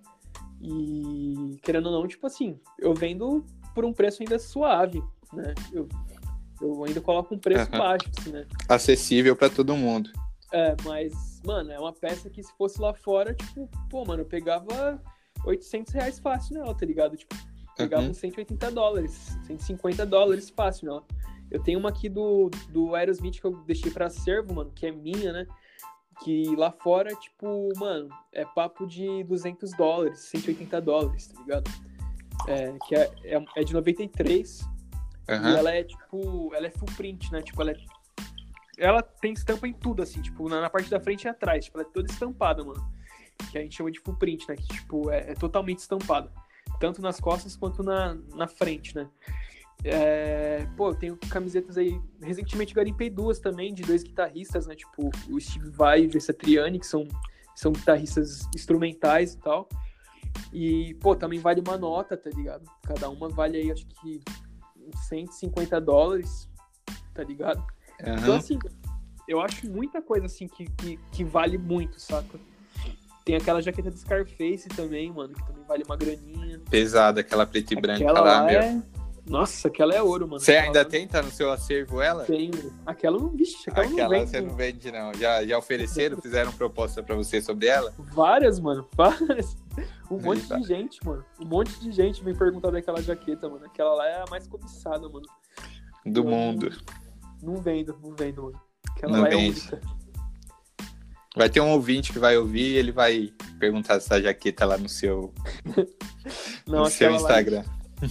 E, querendo ou não, tipo assim, eu vendo por um preço ainda suave, né? Eu, eu ainda coloco um preço Aham. baixo, assim, né? Acessível pra todo mundo. É, mas, mano, é uma peça que se fosse lá fora, tipo, pô, mano, eu pegava oitocentos reais fácil nela, tá ligado? Tipo, pegava Uhum. uns cento e oitenta dólares, cento e cinquenta dólares fácil nela. Eu tenho uma aqui do, do Aerosmith que eu deixei pra acervo, mano, que é minha, né? Que lá fora, tipo, mano, é papo de duzentos dólares, cento e oitenta dólares, tá ligado? É, que é, é, é de noventa e três Uhum. e ela é, tipo, ela é full print, né? Tipo, ela é... Ela tem estampa em tudo, assim, tipo, na, na parte da frente e atrás. Tipo, ela é toda estampada, mano. que a gente chama de full print, né? Que, tipo, é, é totalmente estampado. Tanto nas costas quanto na, na frente, né? É, pô, eu tenho camisetas aí. Recentemente garimpei duas também, de dois guitarristas, né? Tipo, o Steve Vai e o Joe Satriani, que são, são guitarristas instrumentais e tal. E, pô, também vale uma nota, tá ligado? Cada uma vale aí, acho que cento e cinquenta dólares, tá ligado? Uhum. Então, assim, eu acho muita coisa, assim, que, que, que vale muito, saca? Tem aquela jaqueta do Scarface também, mano, que também vale uma graninha. Pesada, aquela preta e branca Aquela lá, lá meu. é... Nossa, aquela é ouro, mano. Você Aquela ainda lá... tem? Tá no seu acervo ela? Tenho. Aquela não, vixe, aquela, Aquela não vende. você não vende, não. Já, já ofereceram, fizeram proposta pra você sobre ela? Várias, mano, várias. Um monte Eita. de gente, mano. Um monte de gente vem perguntar daquela jaqueta, mano. Aquela lá é a mais cobiçada, mano. Do Eu mundo. Não, não vendo, não vendo, mano. Aquela Não lá vende. é única. Vai ter um ouvinte que vai ouvir e ele vai perguntar essa jaqueta lá no seu, Não, no seu aquela lá- Instagram.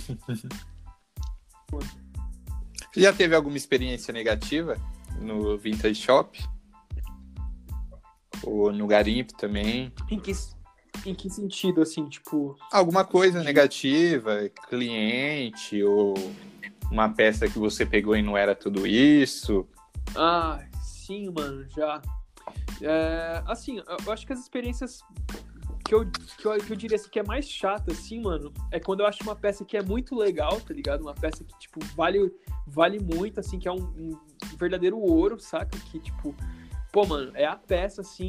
Você já teve alguma experiência negativa no Vintage Shop? Ou no garimpo também? Em que, em que sentido, assim, tipo... Alguma coisa negativa, cliente, ou uma peça que você pegou e não era tudo isso? Ah, sim, mano, já. É, assim, eu acho que as experiências que eu, que, eu, que eu diria assim, que é mais chata, assim, mano, é quando eu acho uma peça que é muito legal, tá ligado? Uma peça que, tipo, vale, vale muito, assim, que é um, um verdadeiro ouro, saca? Que, tipo, pô, mano, é a peça, assim,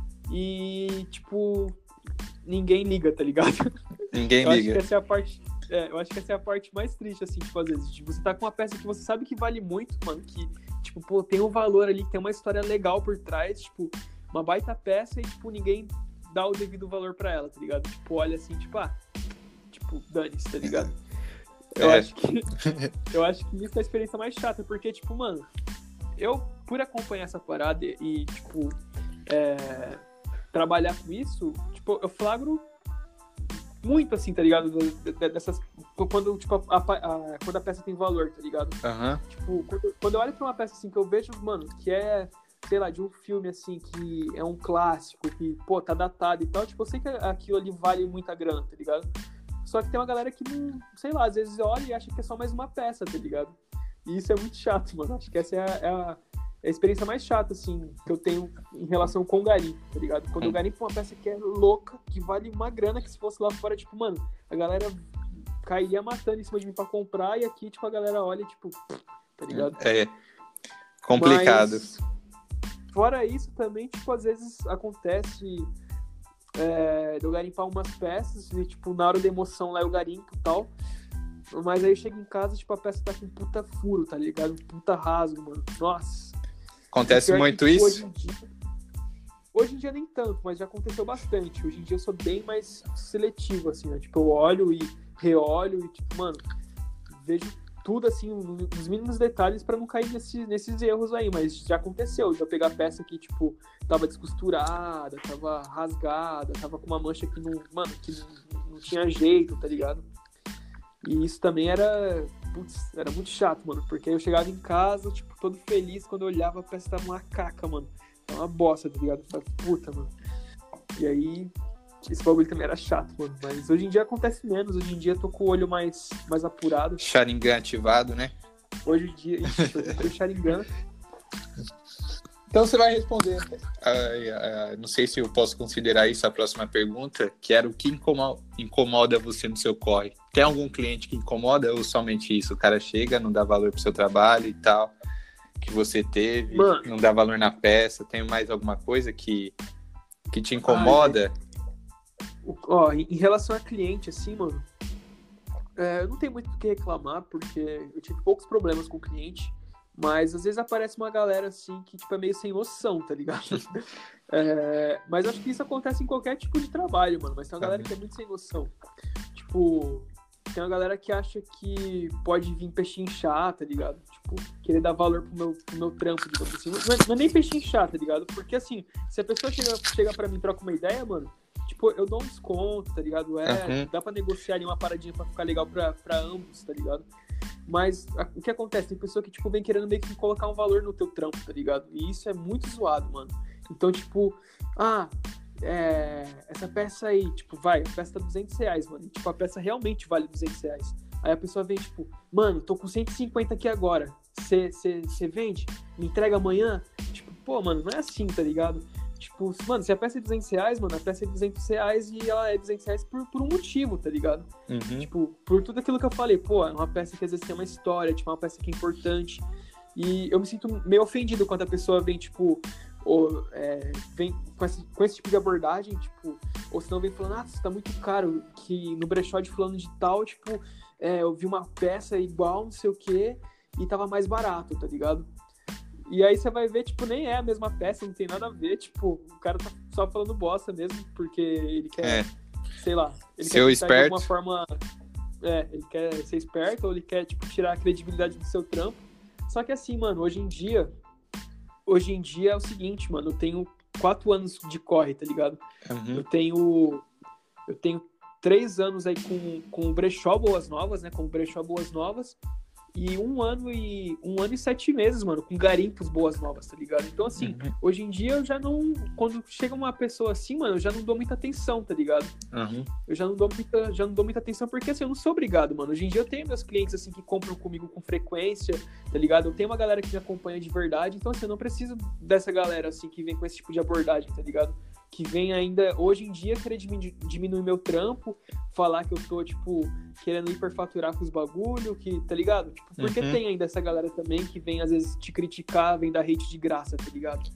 e, tipo, ninguém liga, tá ligado? Ninguém eu liga. Acho que essa é a parte, é, eu acho que essa é a parte mais triste, assim, tipo, às vezes, de você tá com uma peça que você sabe que vale muito, mano, que, tipo, pô, tem um valor ali, tem uma história legal por trás, tipo, uma baita peça e, tipo, ninguém dá o devido valor pra ela, tá ligado? Tipo, olha assim, tipo, ah, tipo, dane-se, tá ligado? Eu, É. acho que, eu acho que isso é a experiência mais chata, porque, tipo, mano, eu, por acompanhar essa parada e, tipo, é, trabalhar com isso, tipo, eu flagro muito, assim, tá ligado? Dessas, quando, tipo, a, a, quando a peça tem valor, tá ligado? Aham. Tipo, quando, quando eu olho pra uma peça, assim, que eu vejo, mano, que é, sei lá, de um filme, assim, que é um clássico, que, pô, tá datado e tal, tipo, eu sei que aquilo ali vale muita grana, tá ligado? Só que tem uma galera que não, sei lá, às vezes olha e acha que é só mais uma peça, tá ligado? E isso é muito chato, mano. Acho que essa é a, é a, é a experiência mais chata, assim, que eu tenho em relação com o garimpo, tá ligado? Quando eu garimpo uma peça que é louca, que vale uma grana, que se fosse lá fora, tipo, mano, a galera cairia matando em cima de mim pra comprar, e aqui, tipo, a galera olha, tipo, tá ligado? É complicado. Mas, fora isso, também, tipo, às vezes acontece é, de eu garimpar umas peças e, tipo, na hora da emoção lá eu garimpo e tal. Mas aí eu chego em casa, tipo, a peça tá com um puta furo, tá ligado? Um puta rasgo, mano. Nossa. Acontece Pior muito que, tipo, isso? Hoje em, dia, hoje em dia nem tanto, mas já aconteceu bastante. Hoje em dia eu sou bem mais seletivo, assim, né? Tipo, eu olho e reolho e, tipo, mano, vejo tudo, assim, os mínimos detalhes pra não cair nesse, nesses erros aí. Mas já aconteceu, já pegar peça que, tipo, tava descosturada, tava rasgada, tava com uma mancha que não, mano, que não, não tinha jeito, tá ligado? E isso também era, putz, era muito chato, mano, porque aí eu chegava em casa, tipo, todo feliz, quando eu olhava a peça tava uma caca, mano, tava uma bosta, tá ligado? Eu falava, puta, mano. E aí, esse bagulho também era chato, mano, mas hoje em dia acontece menos, hoje em dia eu tô com o olho mais, mais apurado. Sharingan ativado, né? Hoje em dia, ixi, eu tenho Sharingan. Então você vai responder. Uh, uh, não sei se eu posso considerar isso a próxima pergunta, que era o que incomoda, incomoda você no seu corre. Tem algum cliente que incomoda ou somente isso? O cara chega, não dá valor pro seu trabalho e tal, que você teve, Mano. não dá valor na peça. Tem mais alguma coisa que, que te incomoda? Ai, ó, em relação a cliente, assim, mano, é, eu não tenho muito do que reclamar, porque eu tive poucos problemas com o cliente. Mas às vezes aparece uma galera assim que tipo, é meio sem noção, tá ligado? É, mas acho que isso acontece em qualquer tipo de trabalho, mano. Mas tem uma galera que é muito sem noção. Tipo, tem uma galera que acha que pode vir pechinchar, tá ligado? Tipo, querer dar valor pro meu, pro meu trampo, digamos assim. Não é, não é nem pechinchar, tá ligado? Porque assim, se a pessoa chega, chega pra mim e troca uma ideia, mano, tipo, eu dou um desconto, tá ligado? É, Uhum. Dá pra negociar ali uma paradinha pra ficar legal pra, pra ambos, tá ligado? Mas a, o que acontece? Tem pessoa que, tipo, vem querendo meio que colocar um valor no teu trampo, tá ligado? E isso é muito zoado, mano. Então, tipo, ah, é, essa peça aí, tipo, vai, a peça tá duzentos reais, mano. E, tipo, a peça realmente vale duzentos reais. Aí a pessoa vem, tipo, mano, tô com cento e cinquenta aqui agora. Você vende? Me entrega amanhã? Tipo, pô, mano, não é assim, tá ligado? Tipo, mano, se a peça é duzentos reais, mano, a peça é duzentos reais e ela é duzentos reais por, por um motivo, tá ligado? Uhum. Tipo, por tudo aquilo que eu falei, pô, é uma peça que às vezes tem uma história, tipo, uma peça que é importante. E eu me sinto meio ofendido quando a pessoa vem, tipo, ou é, vem com esse, com esse tipo de abordagem, tipo, ou senão vem falando, ah, isso tá muito caro, que no brechó de fulano de tal, tipo, é, eu vi uma peça igual, não sei o quê, e tava mais barato, tá ligado? E aí você vai ver, tipo, nem é a mesma peça, não tem nada a ver, tipo, o cara tá só falando bosta mesmo, porque ele quer, é. sei lá, ele Seu quer esperto. de alguma forma, é, ele quer ser esperto, ou ele quer, tipo, tirar a credibilidade do seu trampo. Só que assim, mano, hoje em dia, hoje em dia é o seguinte, mano, eu tenho quatro anos de corre, tá ligado? Uhum. Eu tenho, eu tenho três anos aí com, com o brechó Boas Novas, né, com o brechó Boas Novas, e um ano e um ano e sete meses, mano, com garimpos Boas Novas, tá ligado? Então, assim, uhum. hoje em dia eu já não... Quando chega uma pessoa assim, mano, eu já não dou muita atenção, tá ligado? Uhum. Eu já não, dou muita, já não dou muita atenção porque, assim, eu não sou obrigado, mano. Hoje em dia eu tenho meus clientes, assim, que compram comigo com frequência, tá ligado? Eu tenho uma galera que me acompanha de verdade, então, assim, eu não preciso dessa galera, assim, que vem com esse tipo de abordagem, tá ligado? Que vem ainda, hoje em dia, querer diminuir meu trampo, falar que eu tô, tipo, querendo hiperfaturar com os bagulho, que, tá ligado? Tipo, porque uhum. tem ainda essa galera também que vem, às vezes, te criticar, vem dar hate de graça, tá ligado?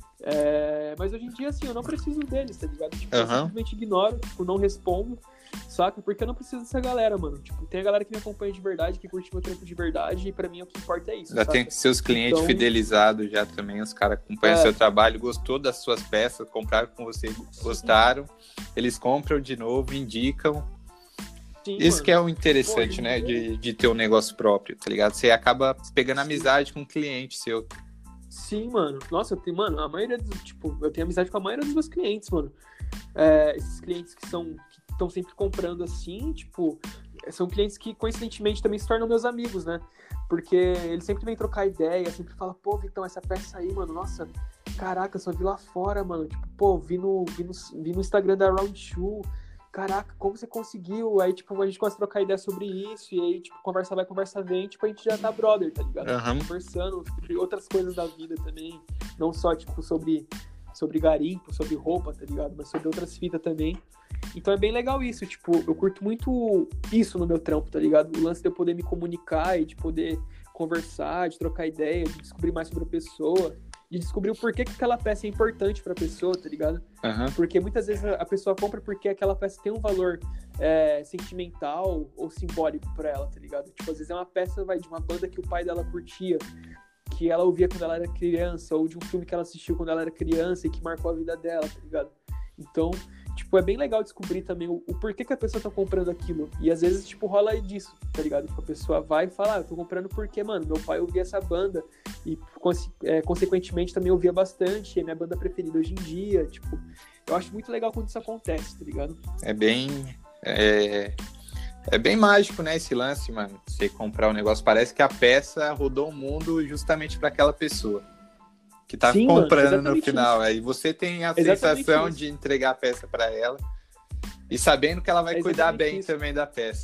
É... Mas hoje em dia, assim, eu não preciso deles, tá ligado? Tipo, uhum. eu simplesmente ignoro, tipo, não respondo, saca? Porque eu não preciso dessa galera, mano. Tipo, tem a galera que me acompanha de verdade, que curte meu trampo de verdade, e pra mim o que importa é isso, já saca? tem seus clientes então... fidelizados já também, os caras acompanham é... seu trabalho, gostou das suas peças, compraram com você, gostaram, eles compram de novo, indicam. Sim, isso mano. Que é o interessante, Pô, né, de, de ter um negócio próprio, tá ligado? Você acaba pegando Sim. amizade com um cliente seu. Sim, mano. Nossa, eu tenho, mano, a maioria dos, tipo, eu tenho amizade com a maioria dos meus clientes, mano. É, esses clientes que são, que estão sempre comprando assim, tipo, são clientes que coincidentemente também se tornam meus amigos, né? Porque eles sempre vêm trocar ideia, sempre falam, pô, Vitão, essa peça aí, mano, nossa, caraca, só vi lá fora, mano. Tipo, pô, vi no, vi no, vi no Instagram da Round Shoe. Caraca, como você conseguiu? Aí, tipo, a gente começa a trocar ideia sobre isso, e aí, tipo, conversa vai, conversa vem, tipo, a gente já tá brother, tá ligado? Uhum. Conversando sobre outras coisas da vida também, não só, tipo, sobre, sobre garimpo, sobre roupa, tá ligado? Mas sobre outras fitas também. Então é bem legal isso, tipo, eu curto muito isso no meu trampo, tá ligado? O lance de eu poder me comunicar e de poder conversar, de trocar ideia, de descobrir mais sobre a pessoa, de descobrir o porquê que aquela peça é importante pra pessoa, tá ligado? Uhum. Porque muitas vezes a pessoa compra porque aquela peça tem um valor é, sentimental ou simbólico pra ela, tá ligado? Tipo, às vezes é uma peça, vai, de uma banda que o pai dela curtia, que ela ouvia quando ela era criança, ou de um filme que ela assistiu quando ela era criança e que marcou a vida dela, tá ligado? Então, tipo, é bem legal descobrir também o, o porquê que a pessoa tá comprando aquilo. E às vezes, tipo, rola disso, tá ligado? Tipo, a pessoa vai e fala, ah, eu tô comprando porque, mano, meu pai ouvia essa banda e, é, consequentemente, também ouvia bastante, é minha banda preferida hoje em dia, tipo, eu acho muito legal quando isso acontece, tá ligado? É bem... É, é bem mágico, né, esse lance, mano. Você comprar um negócio, parece que a peça rodou o mundo justamente pra aquela pessoa que tá Sim, comprando mano, no final. Isso. Aí você tem a exatamente sensação isso. de entregar a peça pra ela e sabendo que ela vai é cuidar bem isso. também da peça.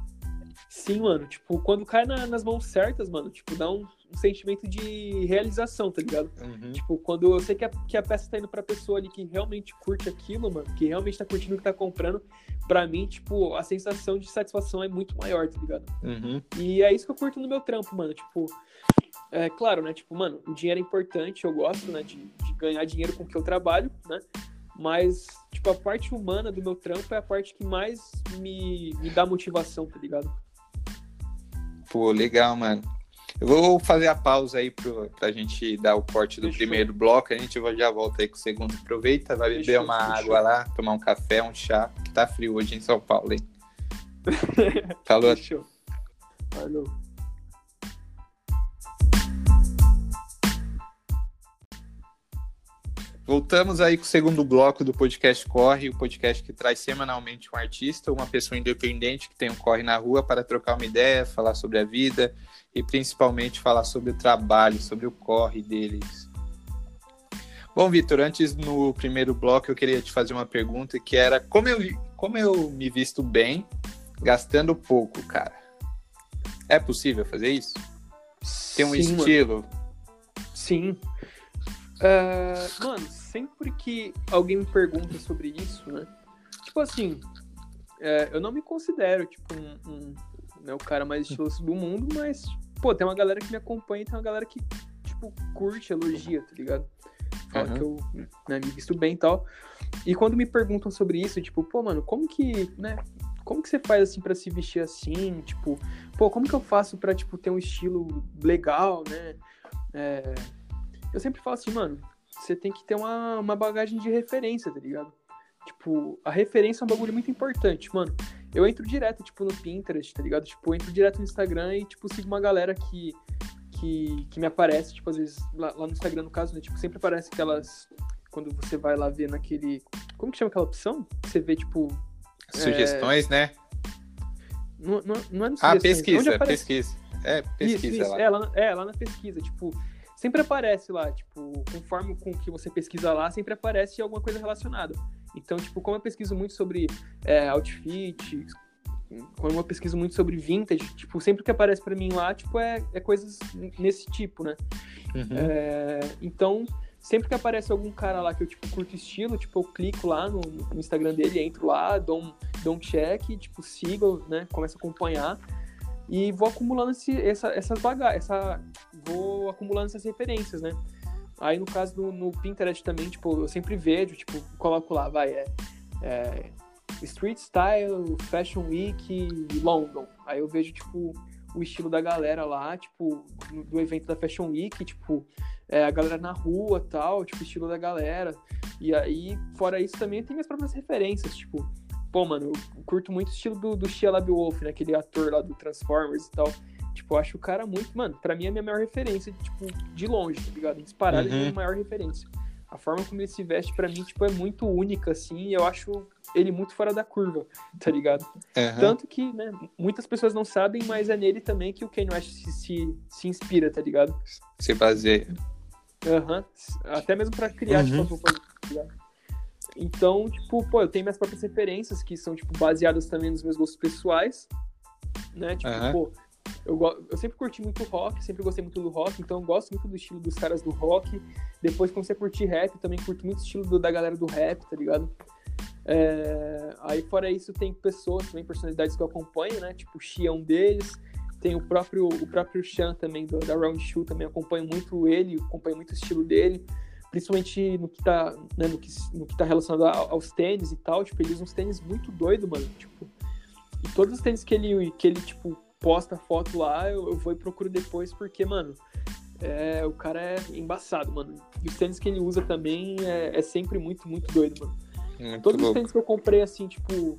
Sim, mano. Tipo, quando cai na, nas mãos certas, mano, tipo, dá um, um sentimento de realização, tá ligado? Uhum. Tipo, quando eu sei que a, que a peça tá indo pra pessoa ali que realmente curte aquilo, mano, que realmente tá curtindo o que tá comprando, pra mim, tipo, a sensação de satisfação é muito maior, tá ligado? Uhum. E é isso que eu curto no meu trampo, mano. Tipo, é claro, né? Tipo, mano, o dinheiro é importante, eu gosto, né, de, de ganhar dinheiro com o que eu trabalho, né? Mas, tipo, a parte humana do meu trampo é a parte que mais me, me dá motivação, tá ligado? Pô, legal, mano. Eu vou fazer a pausa aí pro, pra gente dar o corte do Fechou. primeiro bloco. A gente já volta aí com o segundo. Aproveita, vai beber fechou, uma fechou. água lá, tomar um café, um chá, que tá frio hoje em São Paulo, hein? Falou. Fechou. Falou. Voltamos aí com o segundo bloco do podcast Corre, o podcast que traz semanalmente um artista, uma pessoa independente que tem um corre na rua para trocar uma ideia, falar sobre a vida e principalmente falar sobre o trabalho, sobre o corre deles. Bom, Vitor, antes no primeiro bloco eu queria te fazer uma pergunta que era como eu, como eu me visto bem gastando pouco, cara? É possível fazer isso? Ter um Sim, estilo? Mano. Sim. É, mano, sempre que alguém me pergunta sobre isso, né? Tipo assim, é, eu não me considero, tipo, um, um, né, o cara mais estiloso do mundo, mas, pô, tem uma galera que me acompanha e tem uma galera que, tipo, curte, elogia, tá ligado? Fala Uhum. que eu, né, me visto bem e tal. E quando me perguntam sobre isso, tipo, pô, mano, como que, né, como que você faz, assim, pra se vestir assim? Tipo, pô, como que eu faço pra, tipo, ter um estilo legal, né? É, eu sempre falo assim, mano, você tem que ter uma, uma bagagem de referência, tá ligado? Tipo, a referência é um bagulho muito importante, mano. Eu entro direto, tipo, no Pinterest, tá ligado? Tipo, eu entro direto no Instagram e, tipo, sigo uma galera que, que, que me aparece, tipo, às vezes, lá, lá no Instagram, no caso, né? Tipo, sempre aparece aquelas... Quando você vai lá ver naquele... Como que chama aquela opção? Você vê, tipo... Sugestões, é... né? Não, não, não é no Ah, sugestões. pesquisa, Onde aparece... pesquisa. É, pesquisa Isso, isso. lá. É, lá, na- é, lá na pesquisa, tipo... Sempre aparece lá, tipo, conforme com o que você pesquisa lá, sempre aparece alguma coisa relacionada. Então, tipo, como eu pesquiso muito sobre é, outfit, como eu pesquiso muito sobre vintage, tipo, sempre que aparece pra mim lá, tipo, é, é coisas nesse tipo, né? Uhum. É, então, sempre que aparece algum cara lá que eu, tipo, curto estilo, tipo, eu clico lá no, no Instagram dele, entro lá, dou um, dou um check, tipo, sigo, né? Começo a acompanhar. E vou acumulando esse, essa, essas bagagens, essa, vou acumulando essas referências, né? Aí, no caso do no Pinterest também, tipo, eu sempre vejo, tipo, coloco lá, vai, é, é Street Style, Fashion Week, London. Aí eu vejo, tipo, o estilo da galera lá, tipo, no, do evento da Fashion Week, tipo, é, a galera na rua e tal, tipo, o estilo da galera. E aí, fora isso, também tem minhas próprias referências, tipo... Pô, mano, eu curto muito o estilo do, do Shia LaBeouf, né? Aquele ator lá do Transformers e tal. Tipo, eu acho o cara muito... Mano, pra mim é a minha maior referência, tipo, de longe, tá ligado? Disparado é a Uhum. minha maior referência. A forma como ele se veste, pra mim, tipo, é muito única, assim, e eu acho ele muito fora da curva, tá ligado? Uhum. Tanto que, né, muitas pessoas não sabem, mas é nele também que o Kanye West se, se, se inspira, tá ligado? Se baseia. Aham. Uhum. Até mesmo pra criar, Uhum. tipo, as roupas, tá ligado? Então, tipo, pô, eu tenho minhas próprias referências que são, tipo, baseadas também nos meus gostos pessoais, né? Tipo, Uhum. pô, eu, go... eu sempre curti muito rock, sempre gostei muito do rock, então eu gosto muito do estilo dos caras do rock. Depois comecei a curtir rap, também curto muito o estilo do, da galera do rap, tá ligado? É... Aí, fora isso, tem pessoas, também personalidades que eu acompanho, né? Tipo, o Xi é um deles. Tem o próprio, o próprio Sean também, do, da Round Shoe, também acompanho muito ele, acompanho muito o estilo dele. Principalmente no que tá, né, no que, no que tá relacionado aos tênis e tal, tipo, ele usa uns tênis muito doido, mano, tipo, e todos os tênis que ele, que ele tipo, posta foto lá, eu, eu vou e procuro depois, porque, mano, é, o cara é embaçado, mano, e os tênis que ele usa também é, é sempre muito, muito doido, mano. Muito Todos louco. os tênis que eu comprei, assim, tipo,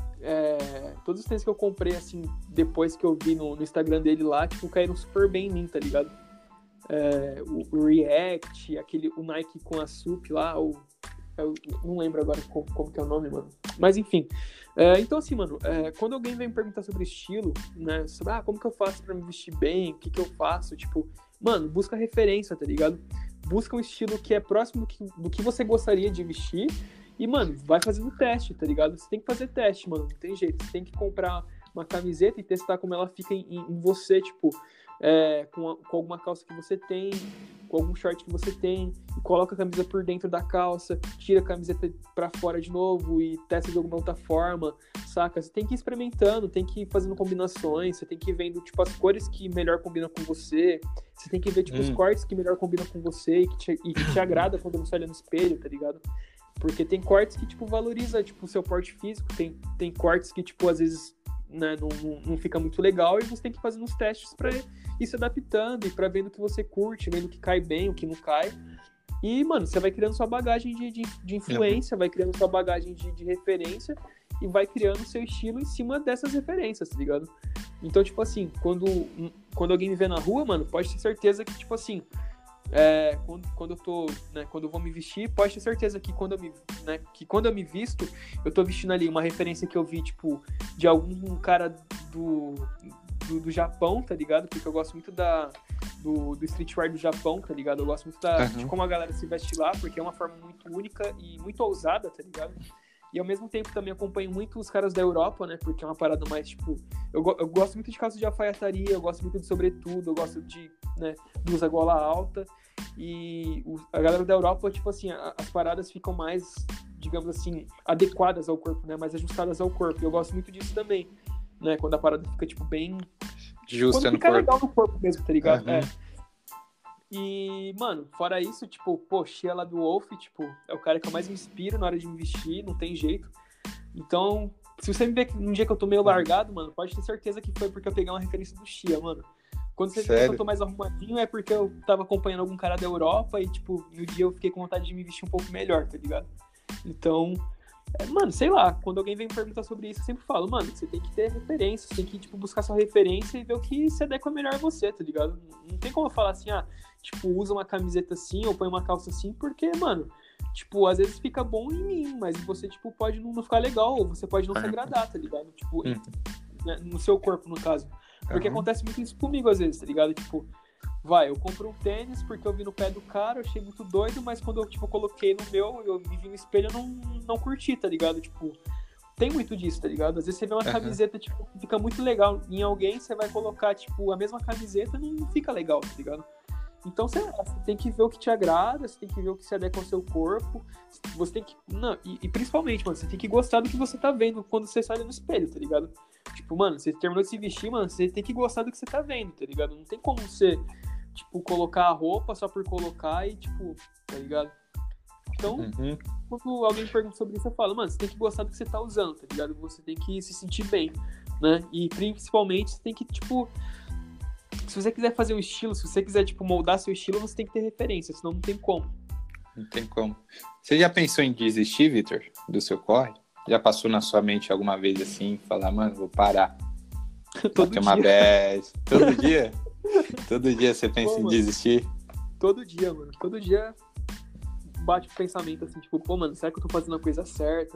é, todos os tênis que eu comprei, assim, depois que eu vi no, no Instagram dele lá, tipo, caíram super bem em mim, tá ligado? É, o, o React, aquele, o Nike com a Sup lá, o, eu não lembro agora como, como que é o nome, mano. Mas enfim. É, então assim, mano, é, quando alguém vem me perguntar sobre estilo, né, sobre, ah, como que eu faço pra me vestir bem, o que que eu faço, tipo, mano, busca referência, tá ligado? Busca um estilo que é próximo do que, do que você gostaria de vestir e, mano, vai fazendo teste, tá ligado? Você tem que fazer teste, mano, não tem jeito. Você tem que comprar uma camiseta e testar como ela fica em, em você, tipo... É, com, a, com alguma calça que você tem, com algum short que você tem, e coloca a camisa por dentro da calça, tira a camiseta pra fora de novo e testa de alguma outra forma, saca? Você tem que ir experimentando, tem que ir fazendo combinações, você tem que ir vendo, tipo, as cores que melhor combinam com você, você tem que ver, tipo, hum. os cortes que melhor combinam com você e que te, e que te agrada quando você olha no espelho, tá ligado? Porque tem cortes que, tipo, valoriza, tipo, o seu porte físico, tem, tem cortes que, tipo, às vezes, né, não, não, não fica muito legal e você tem que fazer uns testes pra ir se adaptando e pra vendo o que você curte, vendo o que cai bem, o que não cai. E, mano, você vai criando sua bagagem de, de, de influência, uhum. vai criando sua bagagem de, de referência e vai criando seu estilo em cima dessas referências, tá ligado? Então, tipo assim, quando, quando alguém me vê na rua, mano, pode ter certeza que, tipo assim, é, quando, quando eu tô, né, quando eu vou me vestir, pode ter certeza que quando eu me, né, que quando eu me visto, eu tô vestindo ali uma referência que eu vi, tipo, de algum cara do, do, do Japão, tá ligado? Porque eu gosto muito da, do, do streetwear do Japão, tá ligado? Eu gosto muito da, Uhum. de como a galera se veste lá, porque é uma forma muito única e muito ousada, tá ligado? E ao mesmo tempo também acompanho muito os caras da Europa, né? Porque é uma parada mais, tipo... Eu, go- eu gosto muito de calça de alfaiataria, eu gosto muito de sobretudo, eu gosto de, né, blusa gola alta. E o- a galera da Europa, tipo assim, a- as paradas ficam mais, digamos assim, adequadas ao corpo, né? Mais ajustadas ao corpo. E eu gosto muito disso também, né? Quando a parada fica, tipo, bem... Justa Quando no fica corpo. legal no corpo mesmo, tá ligado? Uhum. É. E, mano, fora isso, tipo, pô, Shia lá do Wolf, tipo, é o cara que eu mais me inspiro na hora de me vestir, não tem jeito. Então, se você me ver que num dia que eu tô meio largado, mano, pode ter certeza que foi porque eu peguei uma referência do Shia, mano. Quando você vê que Sério? eu tô mais arrumadinho, é porque eu tava acompanhando algum cara da Europa e, tipo, no dia eu fiquei com vontade de me vestir um pouco melhor, tá ligado? Então, é, mano, sei lá, quando alguém vem me perguntar sobre isso, eu sempre falo, mano, você tem que ter referência, você tem que, tipo, buscar sua referência e ver o que se adequa melhor a você, tá ligado? Não tem como eu falar assim, ah, tipo, usa uma camiseta assim ou põe uma calça assim, porque, mano, tipo, às vezes fica bom em mim, mas você, tipo, pode não, não ficar legal, ou você pode não se agradar, tá ligado? Tipo, Uhum. né, no seu corpo, no caso. Porque Uhum. acontece muito isso comigo, às vezes, tá ligado? Tipo, vai, eu compro um tênis porque eu vi no pé do cara, eu achei muito doido, mas quando eu, tipo, coloquei no meu, eu me vi no espelho, eu não, não curti, tá ligado? Tipo, tem muito disso, tá ligado? Às vezes você vê uma Uhum. camiseta, tipo, que fica muito legal em alguém, você vai colocar, tipo, a mesma camiseta, não fica legal, tá ligado? Então, sei lá, você tem que ver o que te agrada, você tem que ver o que se adequa ao seu corpo, você tem que... Não, e, e principalmente, mano, você tem que gostar do que você tá vendo quando você sai no espelho, tá ligado? Tipo, mano, você terminou de se vestir, mano, você tem que gostar do que você tá vendo, tá ligado? Não tem como você, tipo, colocar a roupa só por colocar e, tipo, tá ligado? Então, Uhum. quando alguém pergunta sobre isso, eu falo, mano, você tem que gostar do que você tá usando, tá ligado? Você tem que se sentir bem, né? E principalmente, você tem que, tipo... Se você quiser fazer um estilo, se você quiser, tipo, moldar seu estilo, você tem que ter referência, senão não tem como. Não tem como. Você já pensou em desistir, Vitor, do seu corre? Já passou na sua mente alguma vez assim, falar, mano, vou parar, Todo bater uma dia. bad? Todo dia? Todo dia você pensa Pô, em mano. desistir? Todo dia, mano. Todo dia bate o pensamento assim, tipo, pô, mano, será que eu tô fazendo a coisa certa?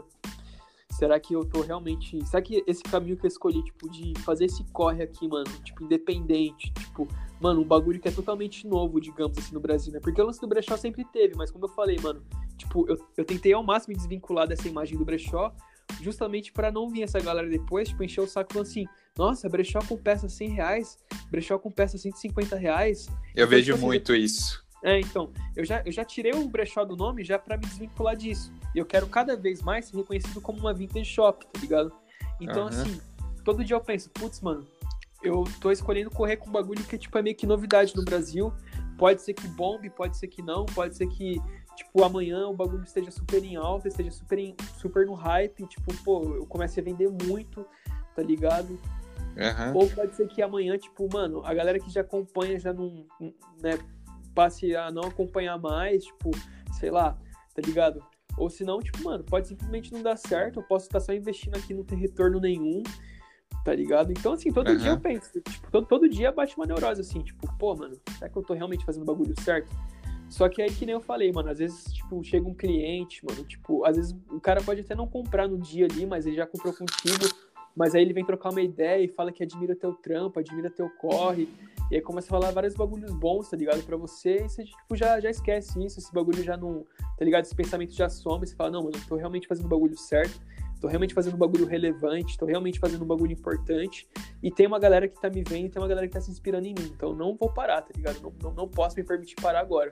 Será que eu tô realmente... Será que esse caminho que eu escolhi, tipo, de fazer esse corre aqui, mano, tipo, independente, tipo, mano, um bagulho que é totalmente novo, digamos assim, no Brasil, né? Porque o lance do brechó sempre teve, mas como eu falei, mano, tipo, eu, eu tentei ao máximo me desvincular dessa imagem do brechó, justamente pra não vir essa galera depois, tipo, encher o saco falando assim, nossa, brechó com peça cem reais, brechó com peça cento e cinquenta reais. Eu Então, vejo tipo, assim, muito isso. É, então, eu já, eu já tirei o brechó do nome já pra me desvincular disso. E eu quero cada vez mais ser reconhecido como uma vintage shop, tá ligado? Então, Uhum. assim, todo dia eu penso, putz, mano, eu tô escolhendo correr com um bagulho que, tipo, é meio que novidade no Brasil. Pode ser que bombe, pode ser que não, pode ser que, tipo, amanhã o bagulho esteja super em alta, esteja super, em, super no hype, tipo, pô, eu comece a vender muito, tá ligado? Uhum. Ou pode ser que amanhã, tipo, mano, a galera que já acompanha já não, né, passe a não acompanhar mais, tipo, sei lá, tá ligado? Ou se não, tipo, mano, pode simplesmente não dar certo, eu posso estar só investindo aqui e não ter retorno nenhum, tá ligado? Então, assim, todo Uhum. dia eu penso, tipo, todo, todo dia bate uma neurose, assim, tipo, pô, mano, será que eu tô realmente fazendo o bagulho certo? Só que aí, que nem eu falei, mano, às vezes, tipo, chega um cliente, mano, tipo, às vezes o cara pode até não comprar no dia ali, mas ele já comprou contigo, mas aí ele vem trocar uma ideia e fala que admira teu trampo, admira teu corre, e aí começa a falar vários bagulhos bons, tá ligado, pra você, e você, tipo, já, já esquece isso, esse bagulho já não, tá ligado, esse pensamento já some, e você fala, não, mano, eu tô realmente fazendo o bagulho certo, tô realmente fazendo um bagulho relevante, tô realmente fazendo um bagulho importante, e tem uma galera que tá me vendo, e tem uma galera que tá se inspirando em mim, então eu não vou parar, tá ligado, não, não, não posso me permitir parar agora.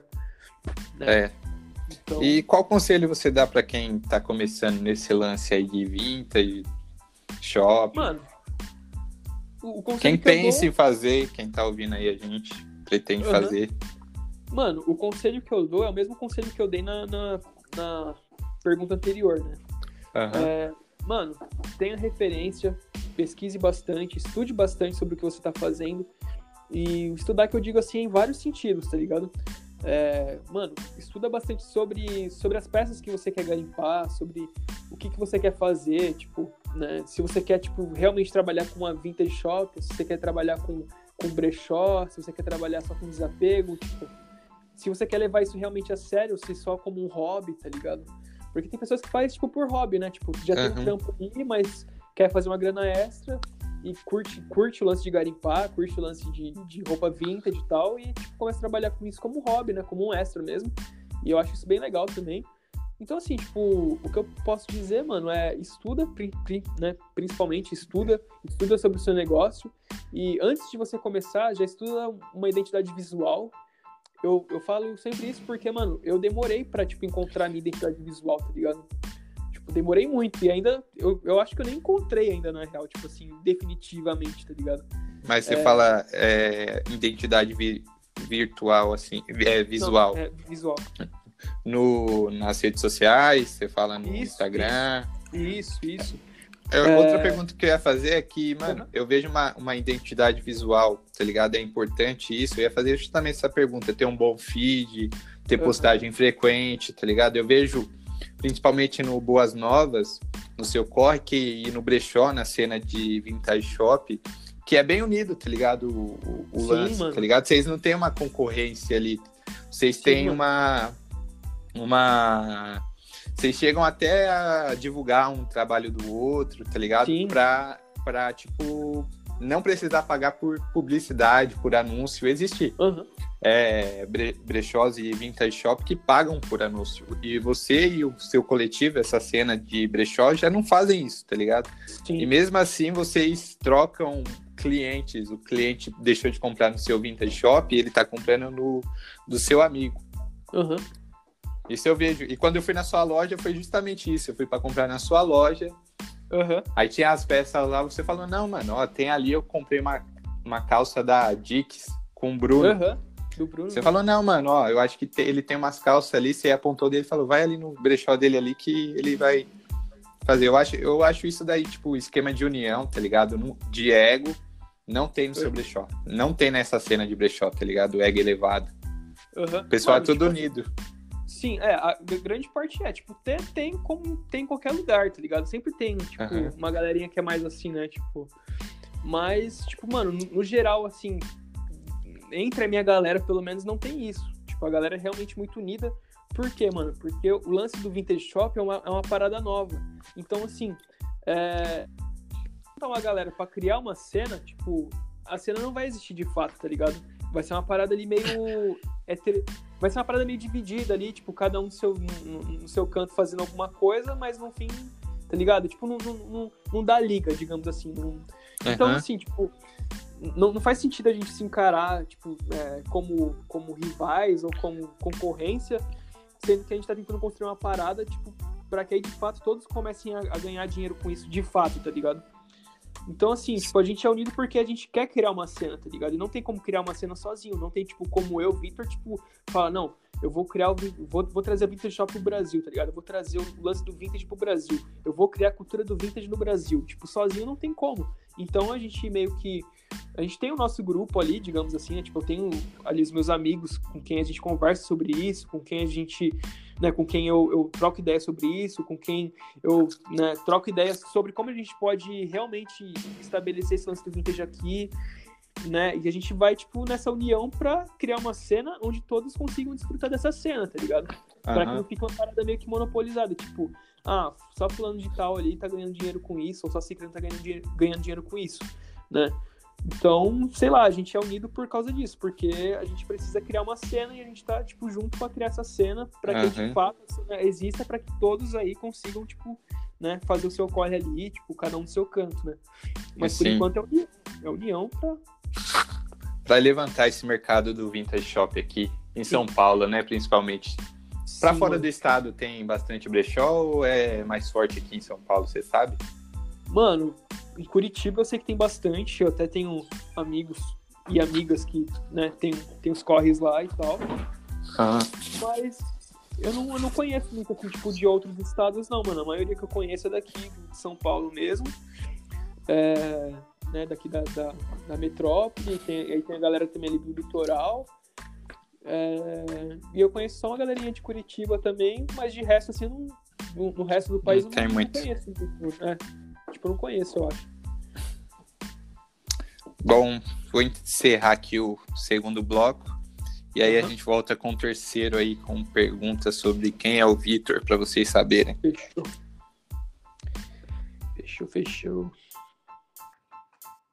Né? É. Então... E qual conselho você dá pra quem tá começando nesse lance aí de vintage, shopping? Mano, o, o conselho Quem que eu pensa dou... em fazer, quem tá ouvindo aí a gente, pretende Uhum. fazer. Mano, o conselho que eu dou é o mesmo conselho que eu dei na, na, na pergunta anterior, né? Uhum. É, mano, tenha referência, pesquise bastante, estude bastante sobre o que você tá fazendo. E estudar que eu digo assim em vários sentidos, tá ligado? É, mano, estuda bastante sobre, sobre as peças que você quer garimpar, sobre o que, que você quer fazer, tipo, né? Se você quer, tipo, realmente trabalhar com uma vintage shop, se você quer trabalhar com, com brechó, se você quer trabalhar só com desapego, tipo, se você quer levar isso realmente a sério, ou se só como um hobby, tá ligado? Porque tem pessoas que fazem, tipo, por hobby, né? Tipo, já tem um Uhum. trampo ali, mas quer fazer uma grana extra e curte, curte o lance de garimpar, curte o lance de, de roupa vintage e tal, e tipo, começa a trabalhar com isso como hobby, né? Como um extra mesmo. E eu acho isso bem legal também. Então, assim, tipo, o que eu posso dizer, mano, é estuda, pri, pri, né? Principalmente estuda, estuda sobre o seu negócio. E antes de você começar, já estuda uma identidade visual. Eu, eu falo sempre isso porque, mano, eu demorei pra, tipo, encontrar a minha identidade visual, tá ligado? Tipo, demorei muito. E ainda, eu, eu acho que eu nem encontrei ainda, na real, tipo assim, definitivamente, tá ligado? Mas você É... fala é, identidade vi- virtual, assim, é, visual. Não, é visual. No, nas redes sociais, você fala no Isso, Instagram. Isso, isso. Eu, É... Outra pergunta que eu ia fazer é que, mano, Uhum. eu vejo uma, uma identidade visual, tá ligado? É importante isso. Eu ia fazer justamente essa pergunta, ter um bom feed, ter postagem Uhum. frequente, tá ligado? Eu vejo, principalmente no Boas Novas, no seu corre, que, e no brechó, na cena de vintage shop, que é bem unido, tá ligado? O, o Sim, lance, mano. tá ligado? Vocês não têm uma concorrência ali. Vocês Sim, têm mano. uma... uma... Vocês chegam até a divulgar um trabalho do outro, tá ligado? Sim. Pra, pra, tipo, não precisar pagar por publicidade, por anúncio. Existe Uhum. é, bre- brechós e vintage shop que pagam por anúncio. E você e o seu coletivo, essa cena de brechó, já não fazem isso, tá ligado? Sim. E mesmo assim, vocês trocam clientes. O cliente deixou de comprar no seu vintage shop e ele tá comprando no do seu amigo. Uhum. Isso eu vejo. E quando eu fui na sua loja, foi justamente isso. Eu fui pra comprar na sua loja. Uhum. Aí tinha as peças lá. Você falou, não, mano, ó, tem ali, eu comprei uma, uma calça da Dix com o Bruno. Uhum. Do Bruno. Você falou, não, mano, ó, eu acho que te, ele tem umas calças ali. Você apontou dele e falou, vai ali no brechó dele ali que ele vai fazer. Eu acho, eu acho isso daí, tipo, esquema de união, tá ligado? No, de ego, não tem no seu brechó. Não tem nessa cena de brechó, tá ligado? O ego elevado. Uhum. O pessoal Mano, é tudo tipo, unido. Sim, é, a grande parte é, tipo, tem, tem como tem em qualquer lugar, tá ligado? Sempre tem, tipo, Uhum. uma galerinha que é mais assim, né, tipo... Mas, tipo, mano, no, no geral, assim, entre a minha galera, pelo menos, não tem isso. Tipo, a galera é realmente muito unida. Por quê, mano? Porque o lance do Vintage Shop é uma, é uma parada nova. Então, assim, é... Então, a galera, pra criar uma cena, tipo, a cena não vai existir de fato, tá ligado? Vai ser uma parada ali meio... Heter... Vai ser uma parada meio dividida ali, tipo, cada um no seu, no, no seu canto fazendo alguma coisa, mas no fim, tá ligado? Tipo, não, não, não, não dá liga, digamos assim. Não... Então, Uhum. assim, tipo, não, não faz sentido a gente se encarar, tipo, é, como, como rivais ou como concorrência, sendo que a gente tá tentando construir uma parada, tipo, pra que aí, de fato, todos comecem a, a ganhar dinheiro com isso, de fato, tá ligado? Então, assim, tipo, a gente é unido porque a gente quer criar uma cena, tá ligado? E não tem como criar uma cena sozinho. Não tem, tipo, como eu, Victor, tipo, fala, não, eu vou criar o... Vou, vou trazer a Vintage Shop pro Brasil, tá ligado? Eu vou trazer o lance do Vintage pro Brasil. Eu vou criar a cultura do Vintage no Brasil. Tipo, sozinho não tem como. Então, a gente meio que... A gente tem o nosso grupo ali, digamos assim, né? Tipo, eu tenho ali os meus amigos com quem a gente conversa sobre isso, com quem a gente... Né, com quem eu, eu troco ideias sobre isso, com quem eu, né, troco ideias sobre como a gente pode realmente estabelecer esse lance do vintage aqui, né, e a gente vai, tipo, nessa união pra criar uma cena onde todos consigam desfrutar dessa cena, tá ligado? Uhum. Pra que não fique uma parada meio que monopolizada, tipo, ah, só fulano de tal ali tá ganhando dinheiro com isso, ou só ciclano tá ganhando dinheiro, ganhando dinheiro com isso, né? Então, sei lá, a gente é unido por causa disso, porque a gente precisa criar uma cena e a gente tá, tipo, junto pra criar essa cena, pra que, Uhum. de fato, a cena exista, pra que todos aí consigam, tipo, né, fazer o seu corre ali, tipo, cada um no seu canto, né? Mas, Sim. por enquanto, é união, é união pra... Pra levantar esse mercado do vintage shop aqui, em São Paulo, né, principalmente. Pra Sim, fora mano. do estado tem bastante brechó ou é mais forte aqui em São Paulo, você sabe? Mano, em Curitiba eu sei que tem bastante, eu até tenho amigos e amigas que, né, tem, tem os corres lá e tal, Ah. mas eu não, eu não conheço muito, assim, tipo, de outros estados não, mano, a maioria que eu conheço é daqui, de São Paulo mesmo, é, né, daqui da, da, da metrópole, tem, aí tem a galera também ali do litoral, é, e eu conheço só uma galerinha de Curitiba também, mas de resto, assim, não, no, no resto do país Não eu tem não, muito. não conheço, né? Tipo, eu não conheço, eu acho. Bom, vou encerrar aqui o segundo bloco e aí Uhum. a gente volta com o terceiro aí com perguntas sobre quem é o Vitor, para vocês saberem. Fechou. Fechou, fechou.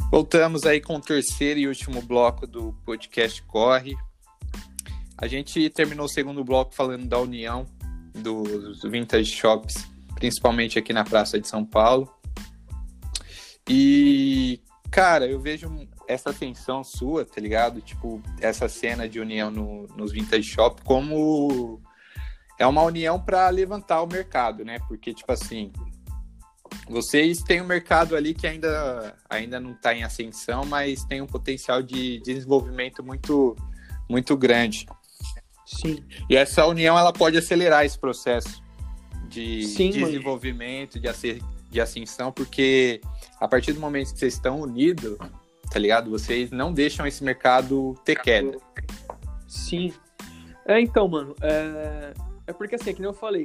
Voltamos aí com o terceiro e último bloco do podcast Corre. A gente terminou o segundo bloco falando da união dos vintage shops, principalmente aqui na Praça de São Paulo. E, cara, eu vejo essa ascensão sua, tá ligado? Tipo, essa cena de união no, nos vintage shop como é uma união para levantar o mercado, né? Porque, tipo assim, vocês têm um mercado ali que ainda, ainda não está em ascensão, mas tem um potencial de desenvolvimento muito, muito grande. Sim. E essa união, ela pode acelerar esse processo de Sim, desenvolvimento, de, ac- de ascensão, porque a partir do momento que vocês estão unidos, tá ligado? Vocês não deixam esse mercado ter queda. Sim. É, então, mano, é, é porque assim, é que nem eu falei,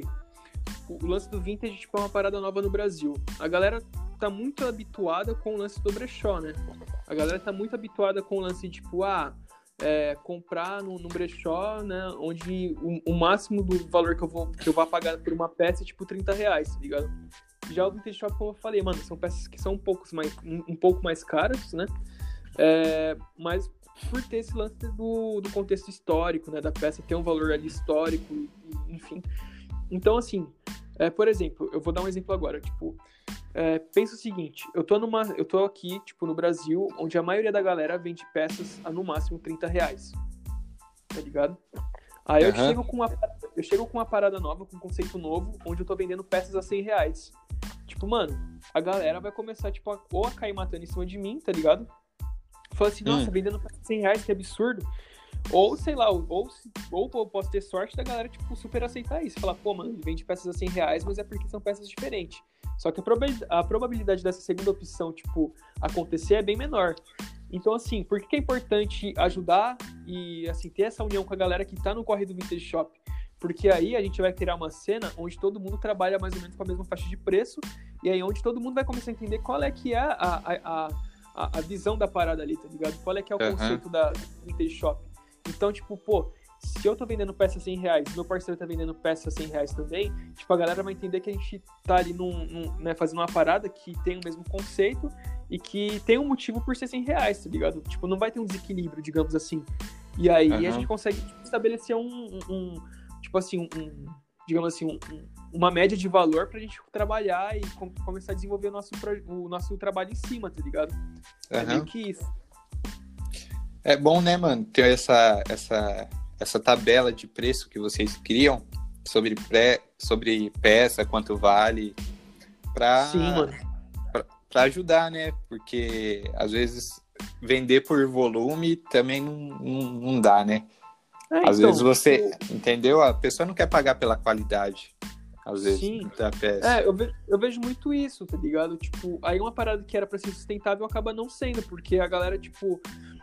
o lance do vintage tipo, é uma parada nova no Brasil. A galera tá muito habituada com o lance do brechó, né? A galera tá muito habituada com o lance, tipo, ah, é, comprar no, no brechó, né? Onde o, o máximo do valor que eu, vou, que eu vou pagar por uma peça é, tipo, trinta reais, tá ligado? Já o vintage shop, como eu falei, mano, são peças que são um pouco mais, um, um pouco mais caras, né? É, mas por ter esse lance do, do contexto histórico, né? Da peça ter um valor ali histórico, enfim. Então, assim, é, por exemplo, eu vou dar um exemplo agora, tipo, é, pensa o seguinte, eu tô, numa, eu tô aqui, tipo, no Brasil, onde a maioria da galera vende peças a, no máximo, trinta reais, tá ligado? Aí eu, Aham. chego com uma, eu chego com uma parada nova, com um conceito novo, onde eu tô vendendo peças a cem reais. Tipo, mano, a galera vai começar, tipo, a, ou a cair matando em cima de mim, tá ligado? Fala assim, nossa, Hum. vendendo peças a cem reais, que absurdo. Ou, sei lá, ou, ou, ou eu posso ter sorte da galera, tipo, super aceitar isso. Falar, pô, mano, ele vende peças a cem reais, mas é porque são peças diferentes. Só que a probabilidade, a probabilidade dessa segunda opção, tipo, acontecer é bem menor. Então, assim, por que, que é importante ajudar e, assim, ter essa união com a galera que tá no corre do Vintage Shop? Porque aí a gente vai criar uma cena onde todo mundo trabalha mais ou menos com a mesma faixa de preço e aí onde todo mundo vai começar a entender qual é que é a, a, a, a visão da parada ali, tá ligado? Qual é que é o Uhum. conceito da Vintage Shop. Então, tipo, pô, se eu tô vendendo peça a cem reais, meu parceiro tá vendendo peça a cem reais também, tipo, a galera vai entender que a gente tá ali num, num, né, fazendo uma parada que tem o mesmo conceito e que tem um motivo por ser cem reais, tá ligado? Tipo, não vai ter um desequilíbrio, digamos assim. E aí Uhum. a gente consegue tipo, estabelecer um, um, um, tipo assim, um, um digamos assim, um, um, uma média de valor pra gente trabalhar e com, começar a desenvolver o nosso, o nosso trabalho em cima, tá ligado? É Uhum. meio que isso. É bom, né, mano, ter essa, essa, essa tabela de preço que vocês criam sobre, pré, sobre peça, quanto vale, pra, Sim, mano. pra, pra ajudar, né? Porque, às vezes, vender por volume também não, não, não dá, né? É, Às então, vezes você, tipo, entendeu? A pessoa não quer pagar pela qualidade, às vezes, sim. da peça. É, eu, ve- eu vejo muito isso, tá ligado? Tipo, aí uma parada que era pra ser sustentável acaba não sendo, porque a galera, tipo,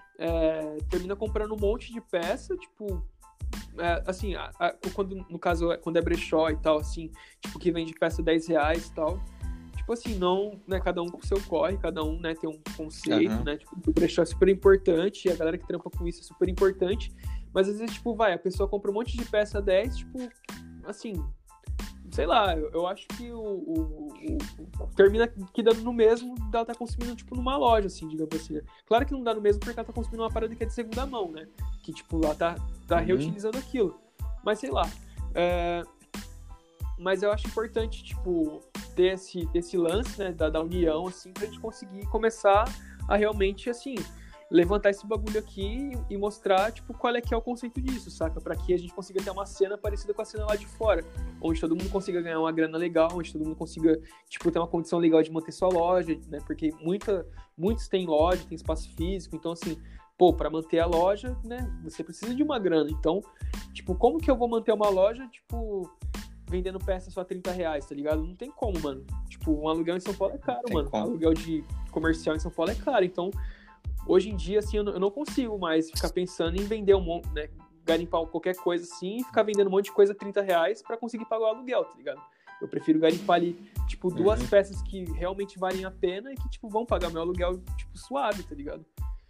é, termina comprando um monte de peça, tipo, é, assim, a- a- quando, no caso, é- quando é brechó e tal, assim, tipo, que vende peça dez reais e tal, tipo assim, não, né, cada um com o seu corre, cada um, né, tem um conceito, Uhum. né, tipo, o brechó é super importante, e a galera que trampa com isso é super importante, mas às vezes, tipo, vai, a pessoa compra um monte de peça dez, tipo, assim, sei lá, eu, eu acho que o, o- o- o- termina que dando no mesmo dela tá consumindo, tipo, numa loja, assim, digamos assim, né? Claro que não dá no mesmo porque ela tá consumindo uma parada que é de segunda mão, né? Que, tipo, ela tá, tá Uhum. reutilizando aquilo. Mas, sei lá, é, mas eu acho importante, tipo, ter esse, ter esse lance, né, da, da união, assim, pra gente conseguir começar a realmente, assim, levantar esse bagulho aqui e mostrar, tipo, qual é que é o conceito disso, saca? Pra que a gente consiga ter uma cena parecida com a cena lá de fora, onde todo mundo consiga ganhar uma grana legal, onde todo mundo consiga, tipo, ter uma condição legal de manter sua loja, né? Porque muita, muitos têm loja, tem espaço físico, então, assim, pô, pra manter a loja, né, você precisa de uma grana. Então, tipo, como que eu vou manter uma loja, tipo, vendendo peça só trinta reais, tá ligado? Não tem como, mano. Tipo, um aluguel em São Paulo é caro, Tem mano. como. Aluguel de comercial em São Paulo é caro, então hoje em dia, assim, eu não, eu não consigo mais ficar pensando em vender um monte, né? Garimpar qualquer coisa assim e ficar vendendo um monte de coisa a trinta reais pra conseguir pagar o aluguel, tá ligado? Eu prefiro garimpar ali, tipo, duas Uhum. peças que realmente valem a pena e que, tipo, vão pagar meu aluguel, tipo, suave, tá ligado?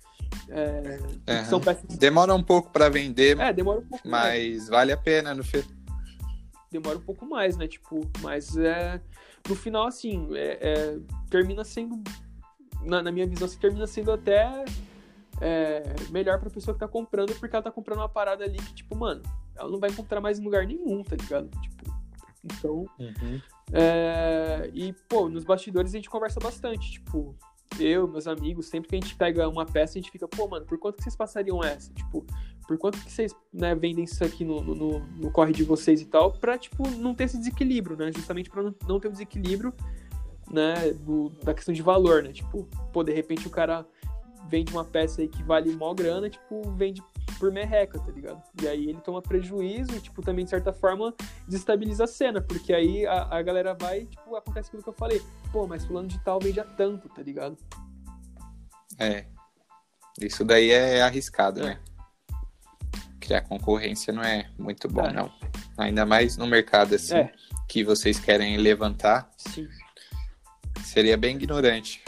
É, que Uhum. são peças... Demora um pouco pra vender, É, demora um pouco mais. mas vale a pena no fim. Demora um pouco mais, né? Tipo, mas é... No final, assim, é, é, termina sendo na, na minha visão, se termina sendo até é, melhor pra pessoa que tá comprando, porque ela tá comprando uma parada ali que, tipo, mano, ela não vai encontrar mais em lugar nenhum, tá ligado? Tipo, então... Uhum. É, e, pô, nos bastidores a gente conversa bastante, tipo, eu, meus amigos, sempre que a gente pega uma peça, a gente fica, pô, mano, por quanto que vocês passariam essa? Tipo, por quanto que vocês, né, vendem isso aqui no, no, no corre de vocês e tal, pra, tipo, não ter esse desequilíbrio, né? Justamente pra não, não ter o desequilíbrio, né, do, da questão de valor, né? Tipo, pô, de repente o cara vende uma peça aí que vale mó grana, tipo, vende por merreca, tá ligado? E aí ele toma prejuízo e, tipo, também, de certa forma, desestabiliza a cena, porque aí a, a galera vai, tipo, acontece aquilo que eu falei, pô, mas fulano de tal vende a tanto, tá ligado? É. Isso daí é arriscado, É. né? Criar concorrência não é muito bom, É. não. Ainda mais no mercado, assim, É. que vocês querem levantar, Sim. seria bem ignorante.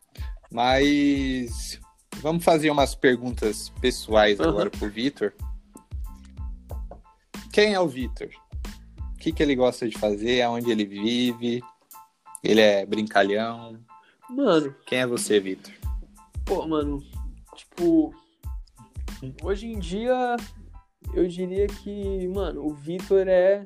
Mas vamos fazer umas perguntas pessoais Uhum. agora pro Vitor. Quem é o Vitor? O que, que ele gosta de fazer? Aonde ele vive? Ele é brincalhão? Mano, Quem é você, Vitor? pô, mano, tipo, hoje em dia, eu diria que, mano, o Vitor é...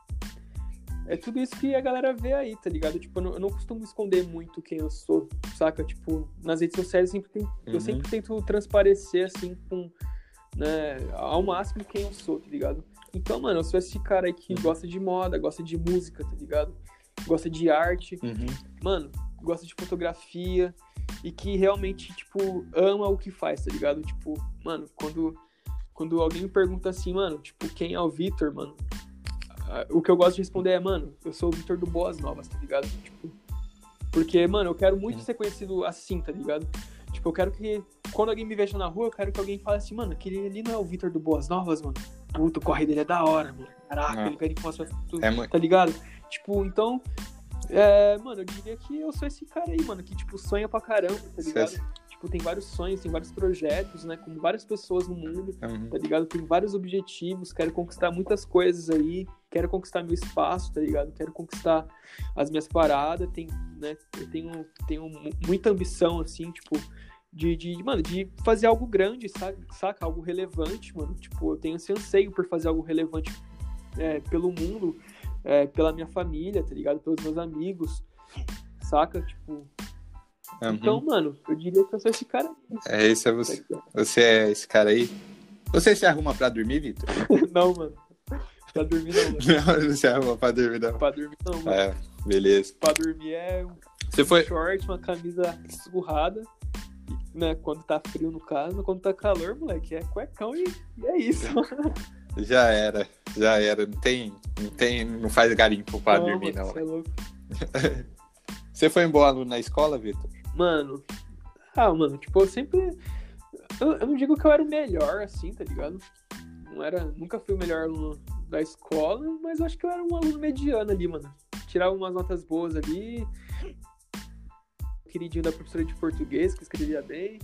É tudo isso que a galera vê aí, tá ligado? Tipo, eu não, eu não costumo esconder muito quem eu sou, saca? Tipo, nas redes sociais eu sempre, tento, Uhum. eu sempre tento transparecer, assim, com, né, ao máximo quem eu sou, tá ligado? Então, mano, eu sou esse cara aí que Uhum. gosta de moda, gosta de música, tá ligado? Gosta de arte, Uhum. mano, gosta de fotografia e que realmente, tipo, ama o que faz, tá ligado? Tipo, mano, quando, quando alguém me pergunta assim, mano, tipo, quem é o Vitor, mano? O que eu gosto de responder é, mano, eu sou o Vitor do Boas Novas, tá ligado? Tipo, porque, mano, eu quero muito Sim. ser conhecido assim, tá ligado? Tipo, eu quero que, quando alguém me veja na rua, eu quero que alguém fale assim, mano, aquele ali não é o Vitor do Boas Novas, mano? Puta, o corre dele é da hora, mano. Caraca, Não. ele pede mostra tudo, É muito... tá ligado? Tipo, então, é, mano, eu diria que eu sou esse cara aí, mano, que, tipo, sonha pra caramba, tá ligado? Você- Tipo, tem vários sonhos, tem vários projetos, né, com várias pessoas no mundo, Uhum. tá ligado? Tem vários objetivos, quero conquistar muitas coisas aí, quero conquistar meu espaço, tá ligado? Quero conquistar as minhas paradas, tem, né, eu tenho, tenho mu- muita ambição, assim, tipo, de, de, mano, de fazer algo grande, sabe? Saca? Algo relevante, mano. Tipo, eu tenho esse anseio por fazer algo relevante é, pelo mundo, é, pela minha família, tá ligado? Pelos meus amigos, saca? Tipo, Uhum. então, mano, eu diria que eu sou esse cara aí, É, esse é tá você. ligado? Você é esse cara aí? Você se arruma pra dormir, Vitor? Não, mano. Pra dormir não, mano. Não, não se arruma pra dormir, não. Pra dormir não, mano. É, beleza. Pra dormir é um Você foi... short, uma camisa surrada, né? Quando tá frio no caso, quando tá calor, moleque, é cuecão e, e é isso. Já era, já era. Não tem, não tem, não faz garimpo pra Não, dormir, mano, não. cê é louco. Você foi um bom aluno na escola, Vitor? Mano, ah, mano, tipo, eu sempre. Eu, eu não digo que eu era o melhor, assim, tá ligado? Não era, nunca fui o melhor aluno da escola, mas eu acho que eu era um aluno mediano ali, mano. Tirava umas notas boas ali. Queridinho da professora de português, que escrevia bem.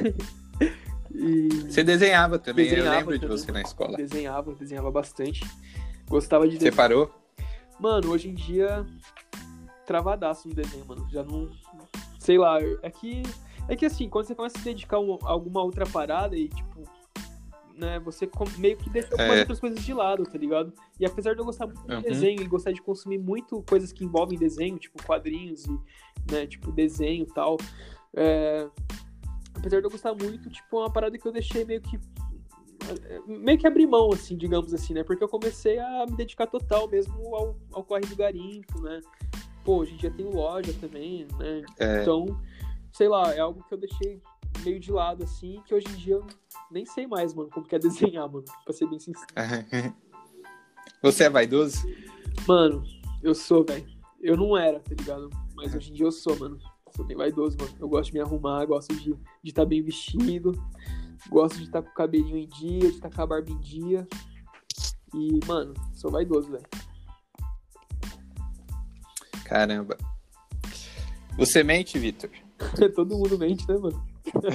E Você desenhava também, eu Desenhava lembro de também. você na escola. desenhava, desenhava bastante. Gostava de Você desenhar. parou? Mano, hoje em dia, travadaço no desenho, mano. Já não. Sei lá, é que. É que assim, quando você começa a se dedicar a alguma outra parada e, tipo, né, você com- meio que deixa algumas É. outras coisas de lado, tá ligado? E apesar de eu gostar muito de Uhum. desenho e gostar de consumir muito coisas que envolvem desenho, tipo quadrinhos e, né, tipo, desenho e tal, é, apesar de eu gostar muito, tipo, é uma parada que eu deixei meio que meio que abrir mão, assim, digamos assim, né? Porque eu comecei a me dedicar total mesmo ao, ao corre do garimpo, né? Pô, hoje em dia tenho loja também, né? É. Então, sei lá, é algo que eu deixei meio de lado, assim, que hoje em dia eu nem sei mais, mano, como que é desenhar, mano, pra ser bem sincero. Você é vaidoso? Mano, eu sou, velho. Eu não era, tá ligado? Mas hoje em dia eu sou, mano. Sou bem vaidoso, mano. Eu gosto de me arrumar, gosto de de estar bem vestido, gosto de estar com o cabelinho em dia, de estar com a barba em dia. E, mano, sou vaidoso, velho. Caramba. Você mente, Vitor? Todo mundo mente, né, mano?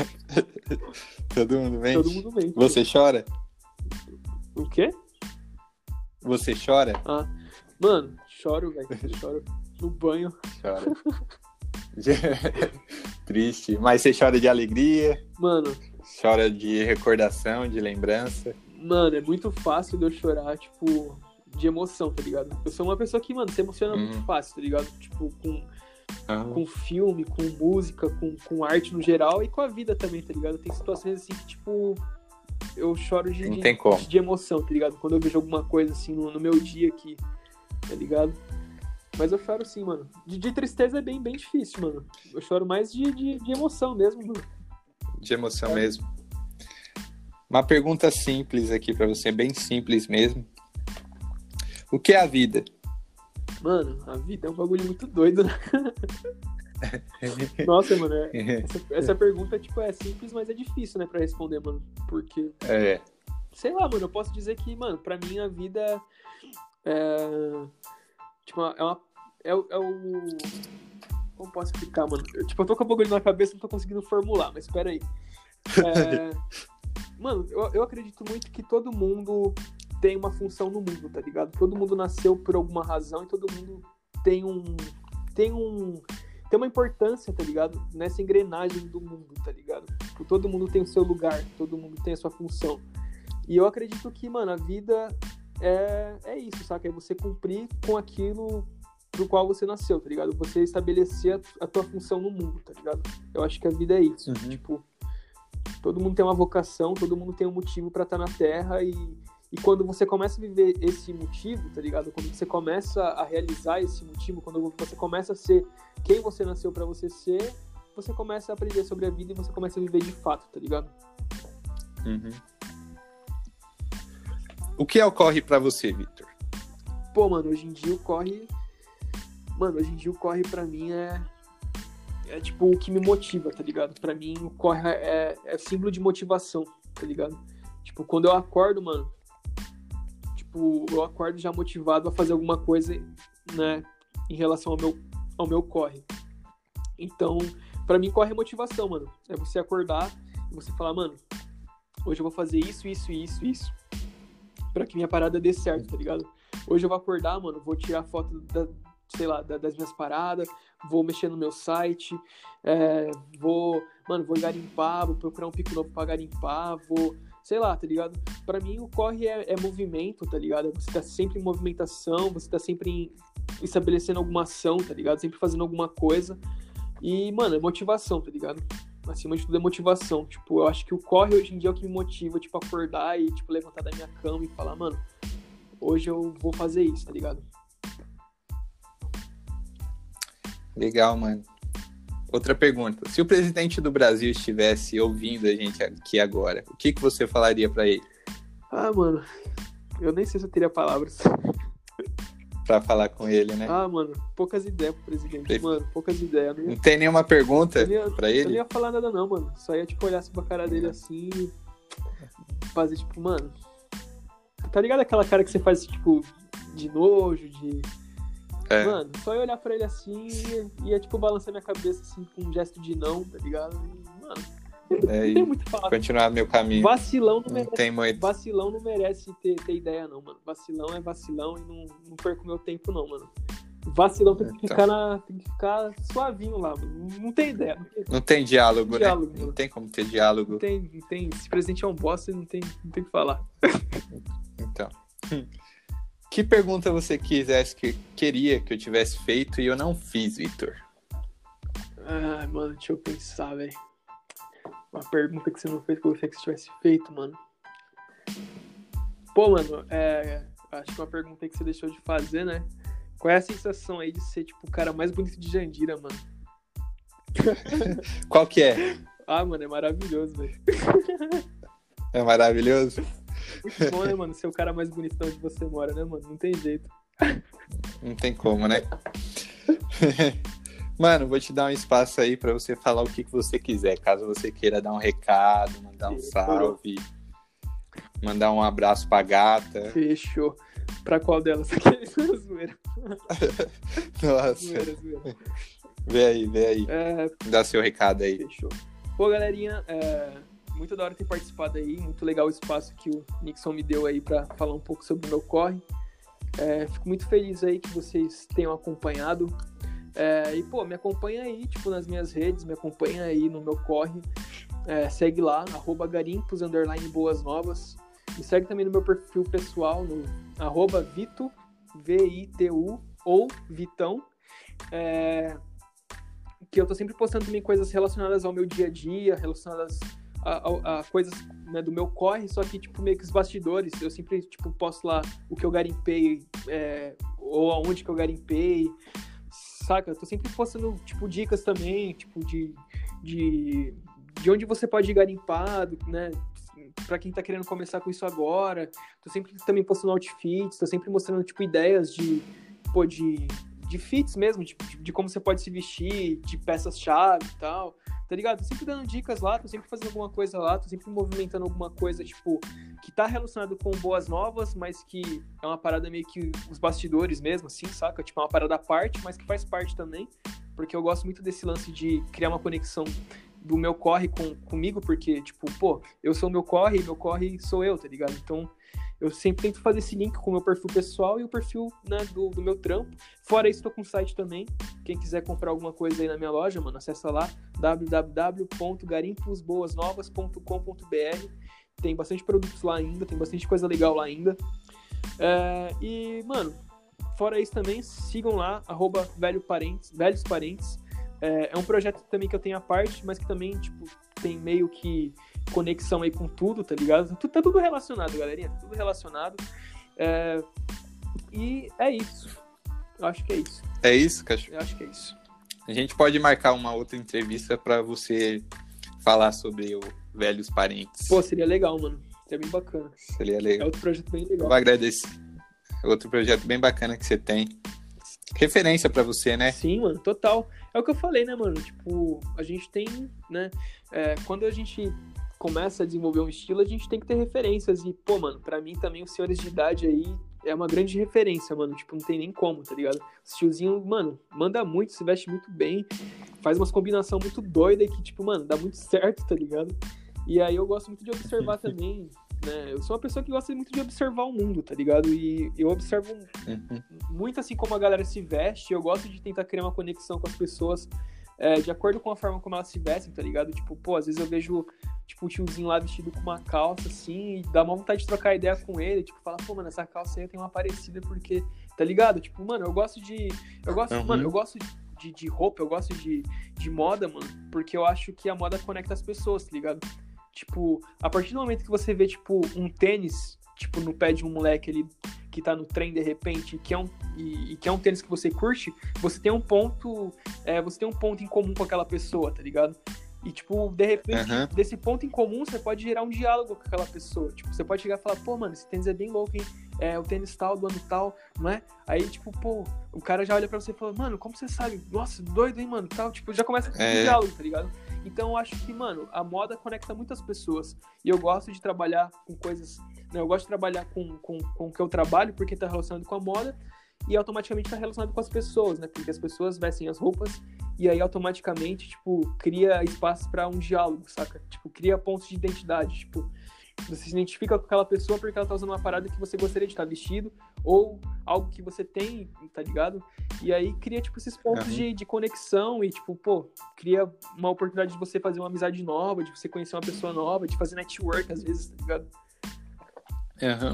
Todo mundo mente? Todo mundo mente. Você chora? O quê? Você chora? Ah, mano, choro, velho. Choro no banho. Chora. triste. Mas você chora de alegria? Mano... Chora de recordação, de lembrança? Mano, é muito fácil de eu chorar, tipo, de emoção, tá ligado? Eu sou uma pessoa que, mano, se emociona Hum. muito fácil, tá ligado? Tipo, com, Uhum. com filme, com música, com, com arte no geral e com a vida também, tá ligado? Tem situações assim que, tipo, eu choro de, Não de, tem como. de emoção, tá ligado? Quando eu vejo alguma coisa assim no, no meu dia aqui, tá ligado? Mas eu choro sim, mano. De, de tristeza é bem, bem difícil, mano. Eu choro mais de, de, de emoção mesmo, mano. De emoção mesmo. Uma pergunta simples aqui pra você, bem simples mesmo. O que é a vida? Mano, a vida é um bagulho muito doido, né? Nossa, mano, é, essa, essa pergunta, tipo, é simples, mas é difícil, né, pra responder, mano. Porque, É. sei lá, mano, eu posso dizer que, mano, pra mim a vida é... Tipo, é uma... É, o- é o... Como posso explicar, mano? Eu, tipo, eu tô com um bagulho na cabeça e não tô conseguindo formular, mas espera aí. É... Mano, eu, eu acredito muito que todo mundo tem uma função no mundo, tá ligado? Todo mundo nasceu por alguma razão e todo mundo tem um... Tem um... Tem uma importância, tá ligado? Nessa engrenagem do mundo, tá ligado? Tipo, todo mundo tem o seu lugar, todo mundo tem a sua função. E eu acredito que, mano, a vida é, é isso, saca? É você cumprir com aquilo pro qual você nasceu, tá ligado? Você estabelecer a, a tua função no mundo, tá ligado? Eu acho que a vida é isso. Uhum. Tipo, todo mundo tem uma vocação, todo mundo tem um motivo pra estar na Terra e, e quando você começa a viver esse motivo, tá ligado? Quando você começa a realizar esse motivo, quando você começa a ser quem você nasceu pra você ser, você começa a aprender sobre a vida e você começa a viver de fato, tá ligado? Uhum. O que ocorre pra você, Victor? Pô, mano, hoje em dia o corre... Mano, hoje em dia o corre pra mim é... É tipo o que me motiva, tá ligado? Pra mim o corre é, é símbolo de motivação, tá ligado? Tipo, quando eu acordo, mano... Tipo, eu acordo já motivado a fazer alguma coisa, né? Em relação ao meu, ao meu corre. Então, pra mim corre é motivação, mano. É você acordar e você falar, mano... Hoje eu vou fazer isso, isso, isso, isso. Pra que minha parada dê certo, tá ligado? Hoje eu vou acordar, mano, vou tirar foto da, sei lá, da, das minhas paradas, vou mexer no meu site, é, vou, mano, vou garimpar, vou procurar um pico novo pra garimpar, vou, sei lá, tá ligado? Pra mim o corre é, é movimento, tá ligado? Você tá sempre em movimentação, você tá sempre em, estabelecendo alguma ação, tá ligado? Sempre fazendo alguma coisa. E, mano, é motivação, tá ligado? Acima de tudo é motivação. Tipo, eu acho que o corre hoje em dia é o que me motiva, tipo, acordar e, tipo, levantar da minha cama e falar, mano, hoje eu vou fazer isso, tá ligado? Legal, mano. Outra pergunta. Se o presidente do Brasil estivesse ouvindo a gente aqui agora, o que, que você falaria pra ele? Ah, mano, eu nem sei se eu teria palavras. Pra falar com ele, né? Ah, mano, poucas ideias pro presidente, Ele- mano, poucas ideias. Eu não Não ia, tem nenhuma pergunta eu não ia- pra eu não ele? ia falar nada não, mano. Só ia, tipo, olhar assim pra cara dele assim e fazer, tipo, mano... Tá ligado aquela cara que você faz, tipo, de nojo, de... É. Mano, só eu olhar pra ele assim e ia, tipo, balançar minha cabeça, assim, com um gesto de não, tá ligado? E, mano, É, não e tem muito o que falar. continuar meu caminho. Vacilão não Não merece, tem muito. vacilão não merece ter, ter ideia, não, mano. Vacilão é vacilão e não, não perco meu tempo, não, mano. Vacilão tem que Então. ficar, na, tem que ficar suavinho lá, mano. Não, não tem ideia, não tem, Não tem diálogo, né? Diálogo, Não mano. tem como ter diálogo. não tem, não tem. Esse presidente é um bosta e não tem, não tem o que falar. Então. Que pergunta você quisesse que queria que eu tivesse feito e eu não fiz, Victor? Ai, mano, deixa eu pensar, velho. Uma pergunta que você não fez que eu gostaria que você tivesse feito, mano. Pô, mano, é, acho que uma pergunta aí que você deixou de fazer, né? Qual é a sensação aí de ser, tipo, o cara mais bonito de Jandira, mano? Qual que é? Ah, mano, é maravilhoso, velho. É maravilhoso? Muito bom, né, mano? Ser o cara mais bonito de onde você mora, né, mano? Não tem jeito. Não tem como, né? Mano, vou te dar um espaço aí pra você falar o que, que você quiser. Caso você queira dar um recado, mandar um salve, mandar um abraço pra gata. Fechou. Pra qual delas? Aquele zoeira. Nossa. Zoeira, zoeira. Vê aí, vê aí. É, Dá seu recado aí. fechou. Pô, galerinha, é, muito da hora ter participado aí. Muito legal o espaço que o Nixon me deu aí pra falar um pouco sobre o meu corre. É, fico muito feliz aí que vocês tenham acompanhado. É, e, pô, me acompanha aí, tipo, nas minhas redes, me acompanha aí no meu corre. É, segue lá, arroba garimpos, underline boas novas. Me segue também no meu perfil pessoal, no arroba Vito, V I T U, ou Vitão. É, que eu tô sempre postando também coisas relacionadas ao meu dia a dia, relacionadas a, a, a coisas, né, do meu corre, só que, tipo, meio que os bastidores. Eu sempre, tipo, posto lá o que eu garimpei, é, ou aonde que eu garimpei, saca? Eu tô sempre postando, tipo, dicas também, tipo, de, de, de onde você pode ir garimpado, né? Pra quem tá querendo começar com isso agora. Tô sempre também postando outfits, tô sempre mostrando, tipo, ideias de, pô, de, de fits mesmo, tipo, de, de como você pode se vestir, de peças-chave e tal, tá ligado? Tô sempre dando dicas lá, tô sempre fazendo alguma coisa lá, tô sempre movimentando alguma coisa, tipo, que tá relacionado com boas novas, mas que é uma parada meio que os bastidores mesmo, assim, saca? Tipo, é uma parada à parte, mas que faz parte também, porque eu gosto muito desse lance de criar uma conexão do meu corre com, comigo, porque, tipo, pô, eu sou o meu corre e meu corre sou eu, tá ligado? Então, eu sempre tento fazer esse link com o meu perfil pessoal e o perfil, né, do, do meu trampo. Fora isso, tô com o site também. Quem quiser comprar alguma coisa aí na minha loja, mano, acessa lá, w w w ponto garimpos boas novas ponto com ponto b r. Tem bastante produtos lá ainda, tem bastante coisa legal lá ainda. É, e, mano, fora isso também, sigam lá, arroba velho parentes, velhos parentes. É, é um projeto também que eu tenho à parte, mas que também, tipo, tem meio que conexão aí com tudo, tá ligado? Tá, tá tudo relacionado, galerinha, tá tudo relacionado. É, e é isso. Eu acho que é isso. É isso, cachorro? Eu acho que é isso. A gente pode marcar uma outra entrevista pra você falar sobre o Velhos Parentes. Pô, seria legal, mano. Seria bem bacana. Seria É legal. outro projeto bem legal. Eu agradeço. Outro projeto bem bacana que você tem. Referência pra você, né? Sim, mano, total. É o que eu falei, né, mano? Tipo, a gente tem, né? É, quando a gente começa a desenvolver um estilo, a gente tem que ter referências. E, pô, mano, pra mim também os senhores de idade aí é uma grande referência, mano. Tipo, não tem nem como, tá ligado? Os tiozinhos, mano, manda muito, se veste muito bem, faz umas combinações muito doidas que, tipo, mano, dá muito certo, tá ligado? E aí eu gosto muito de observar também, né? Eu sou uma pessoa que gosta muito de observar o mundo, tá ligado? E eu observo Uhum. muito assim como a galera se veste. Eu gosto de tentar criar uma conexão com as pessoas é, de acordo com a forma como elas se vestem, tá ligado? Tipo, pô, às vezes eu vejo, tipo, o tiozinho lá vestido com uma calça, assim, e dá uma vontade de trocar ideia com ele, tipo, falar, pô, mano, essa calça aí tem uma parecida porque, tá ligado? Tipo, mano, eu gosto de... Eu gosto, Uhum. mano, eu gosto de, de roupa, eu gosto de, de moda, mano, porque eu acho que a moda conecta as pessoas, tá ligado? Tipo, a partir do momento que você vê, tipo, um tênis, tipo, no pé de um moleque ali que tá no trem de repente, que é um, e, e que é um tênis que você curte, você tem um ponto, é, você tem um ponto em comum com aquela pessoa, tá ligado? E, tipo, de repente, Uhum. desse ponto em comum, você pode gerar um diálogo com aquela pessoa. Tipo, você pode chegar e falar, pô, mano, esse tênis é bem louco, hein? É o tênis tal, do ano tal, não é? Aí, tipo, pô, o cara já olha pra você e fala, mano, como você sabe? Nossa, doido, hein, mano? Tal, tipo, já começa com É. um diálogo, tá ligado? Então, eu acho que, mano, a moda conecta muitas pessoas. E eu gosto de trabalhar com coisas... Né, eu gosto de trabalhar com, com, com o que eu trabalho, porque tá relacionado com a moda. E automaticamente tá relacionado com as pessoas, né? Porque as pessoas vestem as roupas e aí automaticamente, tipo, cria espaço pra um diálogo, saca? Tipo, cria pontos de identidade, tipo... Você se identifica com aquela pessoa porque ela tá usando uma parada que você gostaria de estar vestido, ou algo que você tem, tá ligado? E aí cria, tipo, esses pontos Uhum. de, de conexão e, tipo, pô, cria uma oportunidade de você fazer uma amizade nova, de você conhecer uma pessoa nova, de fazer network às vezes, tá ligado? Uhum.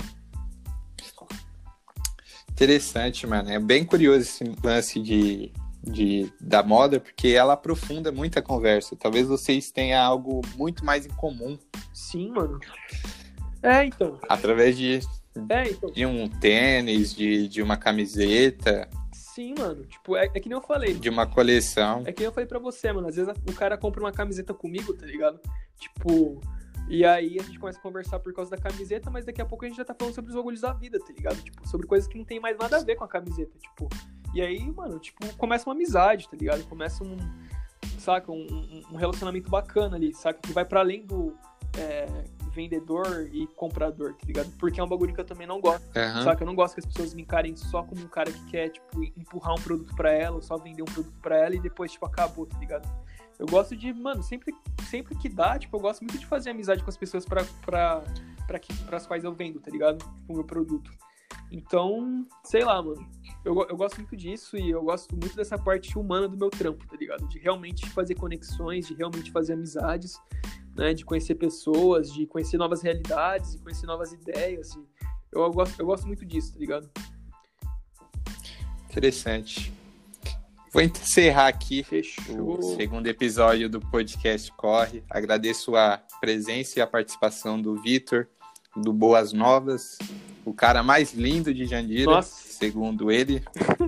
Interessante, mano. É bem curioso esse lance de, de, da moda, porque ela aprofunda muito a conversa. Talvez vocês tenham algo muito mais em comum Sim, mano. É, então. através de, É, então. de um tênis, de, de uma camiseta, Sim, mano. Tipo, é, é que nem eu falei. de uma coleção. É que nem eu falei pra você, mano. Às vezes o cara compra uma camiseta comigo, tá ligado? Tipo... E aí a gente começa a conversar por causa da camiseta, mas daqui a pouco a gente já tá falando sobre os orgulhos da vida, tá ligado? Tipo, sobre coisas que não tem mais nada a ver com a camiseta, tipo. E aí, mano, tipo, começa uma amizade, tá ligado? Começa um, saca, um, um- um relacionamento bacana ali, saca? Que vai pra além do é, vendedor e comprador, tá ligado? Porque é um bagulho que eu também não gosto, Uhum. saca? Eu não gosto que as pessoas me encarem só como um cara que quer, tipo, empurrar um produto pra ela, ou só vender um produto pra ela e depois, tipo, acabou, tá ligado? Eu gosto de, mano, sempre, sempre que dá, tipo, eu gosto muito de fazer amizade com as pessoas pra, pra, pra que, pras quais eu vendo, tá ligado? O meu produto. Então, sei lá, mano. Eu, eu gosto muito disso e eu gosto muito dessa parte humana do meu trampo, tá ligado? De realmente fazer conexões, de realmente fazer amizades, né? De conhecer pessoas, de conhecer novas realidades, de conhecer novas ideias. E eu, eu, gosto, eu gosto muito disso, tá ligado? Interessante. Vou encerrar aqui Fechou. o segundo episódio do podcast Corre. Agradeço a presença e a participação do Vitor, do Boas Novas, o cara mais lindo de Jandira, Nossa. segundo ele.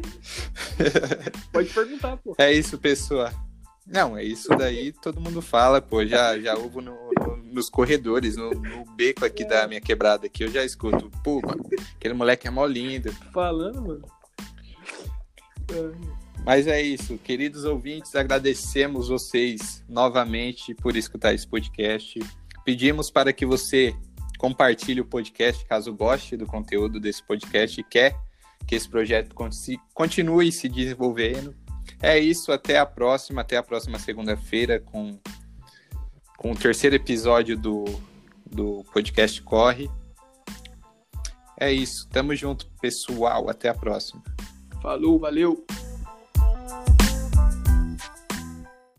Pode perguntar, pô. É isso, pessoal. Não, é isso daí, todo mundo fala, pô. Já, já ouvo no, no, nos corredores, no, no beco aqui é. da minha quebrada aqui, eu já escuto. Pô, mano, aquele moleque é mó lindo. Falando, mano. É. Mas é isso, queridos ouvintes, agradecemos vocês novamente por escutar esse podcast. Pedimos para que você compartilhe o podcast, caso goste do conteúdo desse podcast e quer que esse projeto continue se desenvolvendo. É isso, até a próxima, até a próxima segunda-feira com, com o terceiro episódio do, do podcast Corre. É isso, tamo junto, pessoal, até a próxima. Falou, valeu!